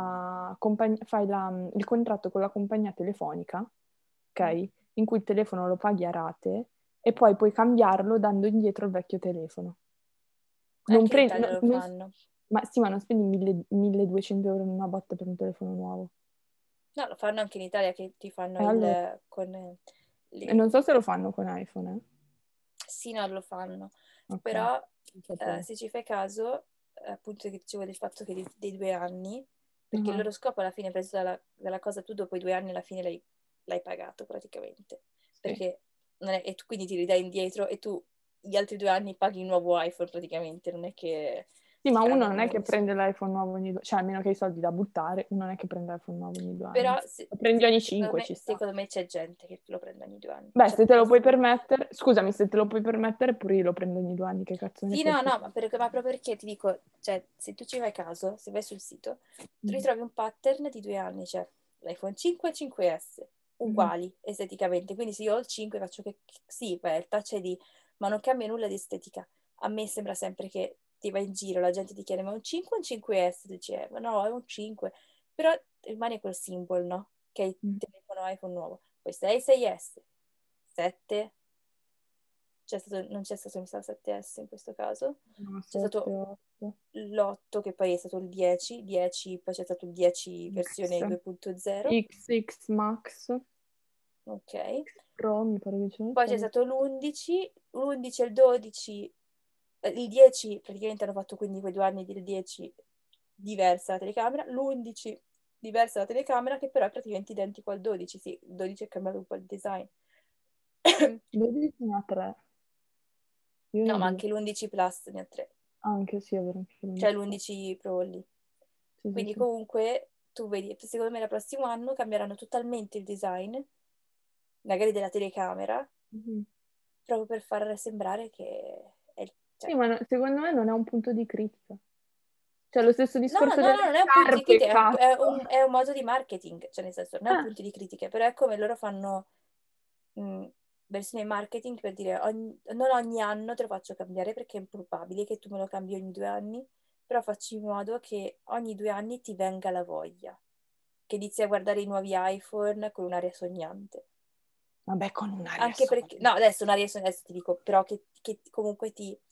il contratto con la compagnia telefonica, Mm. ok? In cui il telefono lo paghi a rate e poi puoi cambiarlo dando indietro il vecchio telefono. Non Anche in pre- Italia no- lo non- fanno. ma sì, ma non spendi 1200 euro in una botta per un telefono nuovo. No, lo fanno anche in Italia che ti fanno E allora? con E non le. so se lo fanno con iPhone, Sì, no, lo fanno. Ok, Però non sapevo. se ci fai caso, appunto che dicevo del fatto che dei 2 anni, perché il loro scopo alla fine è preso dalla cosa, tu dopo i 2 anni alla fine l'hai pagato praticamente, Sì. perché e tu quindi ti ridai indietro e tu gli altri 2 anni paghi il nuovo iPhone praticamente, non è che Sì, ma uno non è che cagano. prende l'iPhone nuovo ogni 2 cioè a meno che hai i soldi da buttare, uno non è che prende l'iPhone nuovo ogni 2 anni. Però Lo prendi ogni 5, ci sta. secondo me c'è gente che lo prende ogni 2 anni. Beh, Cioè, se te lo puoi permettere, scusami, se te lo puoi permettere, pure io lo prendo ogni 2 anni, che cazzo ne sì, no, fotte. ma proprio perché ti dico, cioè, se tu ci fai caso, se vai sul sito, tu Mhm. ritrovi un pattern di 2 anni, cioè l'iPhone 5 e 5S, Mhm. uguali esteticamente. Quindi se io ho il 5 faccio che sì, beh, il Touch ID, ma non cambia nulla di estetica. A me sembra sempre che ti vai in giro, la gente ti chiede, ma è un 5 o un 5S? Tu dici, ma no, è un 5. Però rimane quel symbol, no? Che è il Mhm. telefono iPhone nuovo. Poi 6, 6S, 7... non c'è stato mi sa il 7S in questo caso, No, c'è 7, stato 8. l'8 che poi è stato il 10, 10 poi c'è stato il 10 X, versione 2.0, XX Max, ok. Pro, mi pare che ce ne Poi c'è sia. stato l'11 e il 12, il 10 praticamente hanno fatto quindi quei 2 anni del 10 diversa la telecamera, l'11 diversa la telecamera che però è praticamente identico al 12, sì, il 12 è cambiato un po' il design. 12 ne ha 3, io ne No, ho ma 2. anche l'11 Plus ne ha 3. Anche sì, è vero, anche Cioè l'11 Pro. l'11 Pro lì. Sì, sì, Quindi sì. comunque tu vedi, secondo me il prossimo anno cambieranno totalmente il design, magari della telecamera, Mhm. proprio per far sembrare che è il... Sì, cioè, ma secondo me non è un punto di critica. Cioè, lo stesso no, discorso no, delle no, non è un punto di scarpe, critica, cazzo. è un modo di marketing, cioè nel senso non è un Ah, punto di critica, però è come loro fanno versione marketing per dire non ogni anno te lo faccio cambiare perché è improbabile che tu me lo cambi ogni 2 anni, però faccio in modo che ogni 2 anni ti venga la voglia, che inizi a guardare i nuovi iPhone con un'aria sognante. vabbè, con un'aria Anche sonda. perché, no, adesso un'aria sognante, adesso ti dico, però che comunque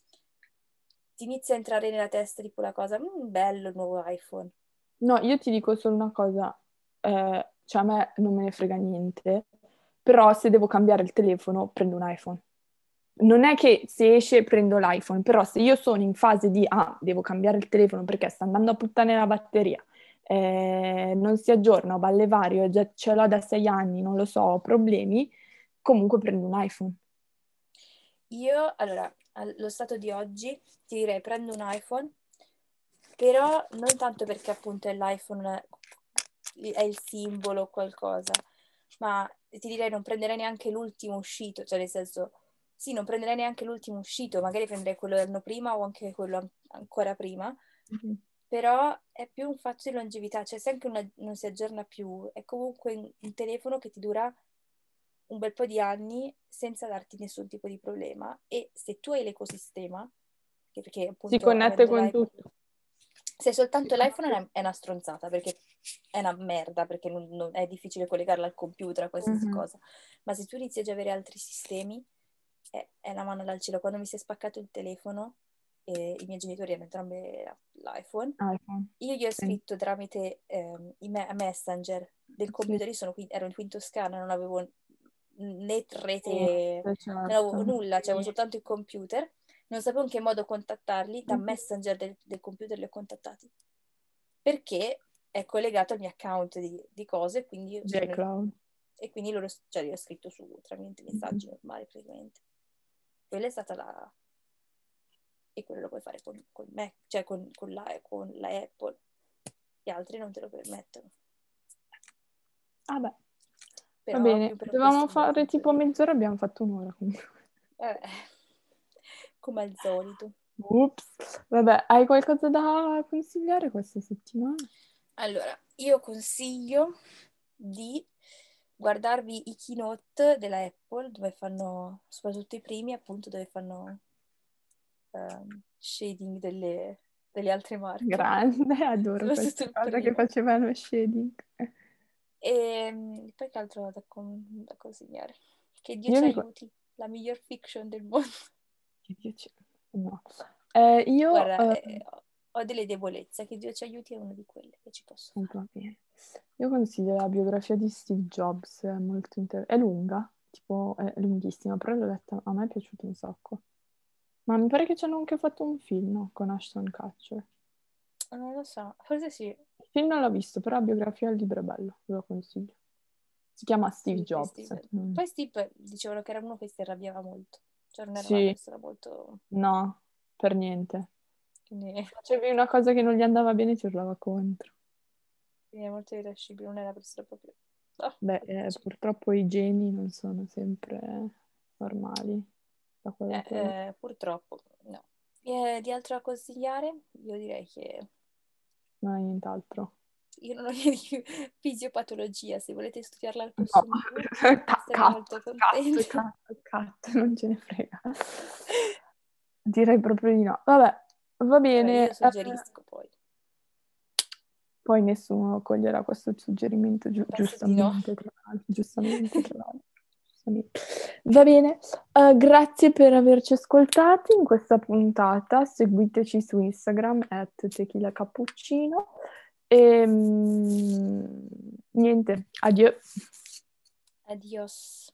ti inizia a entrare nella testa tipo la cosa, bello il nuovo iPhone. No, io ti dico solo una cosa, cioè a me non me ne frega niente, però se devo cambiare il telefono prendo un iPhone. Non è che se esce prendo l'iPhone, però se io sono in fase di, devo cambiare il telefono perché sta andando a puttane la batteria, non si aggiorna, ho balle vario, già ce l'ho da 6 anni, non lo so, ho problemi, comunque prendo un iPhone. Io, allora, allo stato di oggi, ti direi prendo un iPhone, però non tanto perché appunto è l'iPhone, è il simbolo o qualcosa, ma ti direi non prenderei neanche l'ultimo uscito, cioè nel senso, sì, non prenderei neanche l'ultimo uscito, magari prenderei quello dell'anno prima o anche quello ancora prima, Mhm. però è più un fatto di longevità, cioè se anche non si aggiorna più, è comunque un telefono che ti dura un bel po' di anni senza darti nessun tipo di problema e se tu hai l'ecosistema, perché Si appunto connette avendo con l'iPhone, tutto. se Si soltanto l'iPhone connette- è una stronzata perché è una merda, perché è difficile collegarla al computer, a qualsiasi Mhm. cosa, ma se tu inizi a già avere altri sistemi è una mano dal cielo. Quando mi si è spaccato il telefono, e i miei genitori hanno entrambi l'iPhone, iPhone. io gli ho Sì. scritto tramite Messenger del Sì. computer, ero qui in Toscana, non avevo né rete, Niente, non avevo certo. nulla, avevo soltanto il computer, non sapevo in che modo contattarli, da Mhm. Messenger del computer li ho contattati, perché è collegato al mio account di cose, quindi iCloud. e quindi loro, cioè, gli ho scritto tramite Mhm. messaggi normali praticamente. Quella è stata la... E quello lo puoi fare con Mac, cioè con la Apple. Gli altri non te lo permettono. Vabbè, va Però bene. più per Dovevamo questioni di fare tipo funzionalità. mezz'ora, abbiamo fatto un'ora comunque. Eh, come al solito. Ups. Vabbè, hai qualcosa da consigliare questa settimana? Allora, io consiglio di guardarvi i keynote della Apple, dove fanno, soprattutto i primi, appunto, dove fanno shading delle altre marche. Grande, adoro Soprattutto questa il cosa che primo. facevano shading. E poi che altro ho da consigliare? Che Dio Io ci mi... aiuti, la miglior fiction del mondo. Che Dio ci- No. Io... Guarda, ho delle debolezze, che Dio ci aiuti è una di quelle che ci posso fare. va bene. Io consiglio la biografia di Steve Jobs, è molto interessante. È lunga, tipo è lunghissima, però l'ho letta, a me è piaciuto un sacco. Ma mi pare che ci hanno anche fatto un film, no? Con Ashton Kutcher. Non lo so, forse sì. Il film non l'ho visto, però la biografia del libro è bello, ve lo consiglio. Si chiama Steve Sì, Jobs. Steve. Poi Steve dicevano che era uno che si arrabbiava molto, cioè non era una Sì, persona molto... no, per niente. Quindi, Facevi una cosa che non gli andava bene, ci urlava contro. quindi è molto irascibile, non è una persona proprio... Ah, Beh, mannaggia. purtroppo i geni non sono sempre normali, da quello che ho visto. Purtroppo, no. Di altro da consigliare? Io direi che Non hai nient'altro. io non ho niente di fisiopatologia, se volete studiarla al No, corso mio, ne cut, sarei molto contenta. cut, non ce ne frega. Direi proprio di no. Vabbè, va Vabbè, io bene. suggerisco poi. Poi nessuno coglierà questo suggerimento, Penso di no. giustamente, tra l'altro. Giustamente, tra l'altro. Giustamente. Va bene, grazie per averci ascoltati in questa puntata. Seguiteci su Instagram, @techilacappuccino. E niente, addio. Adios.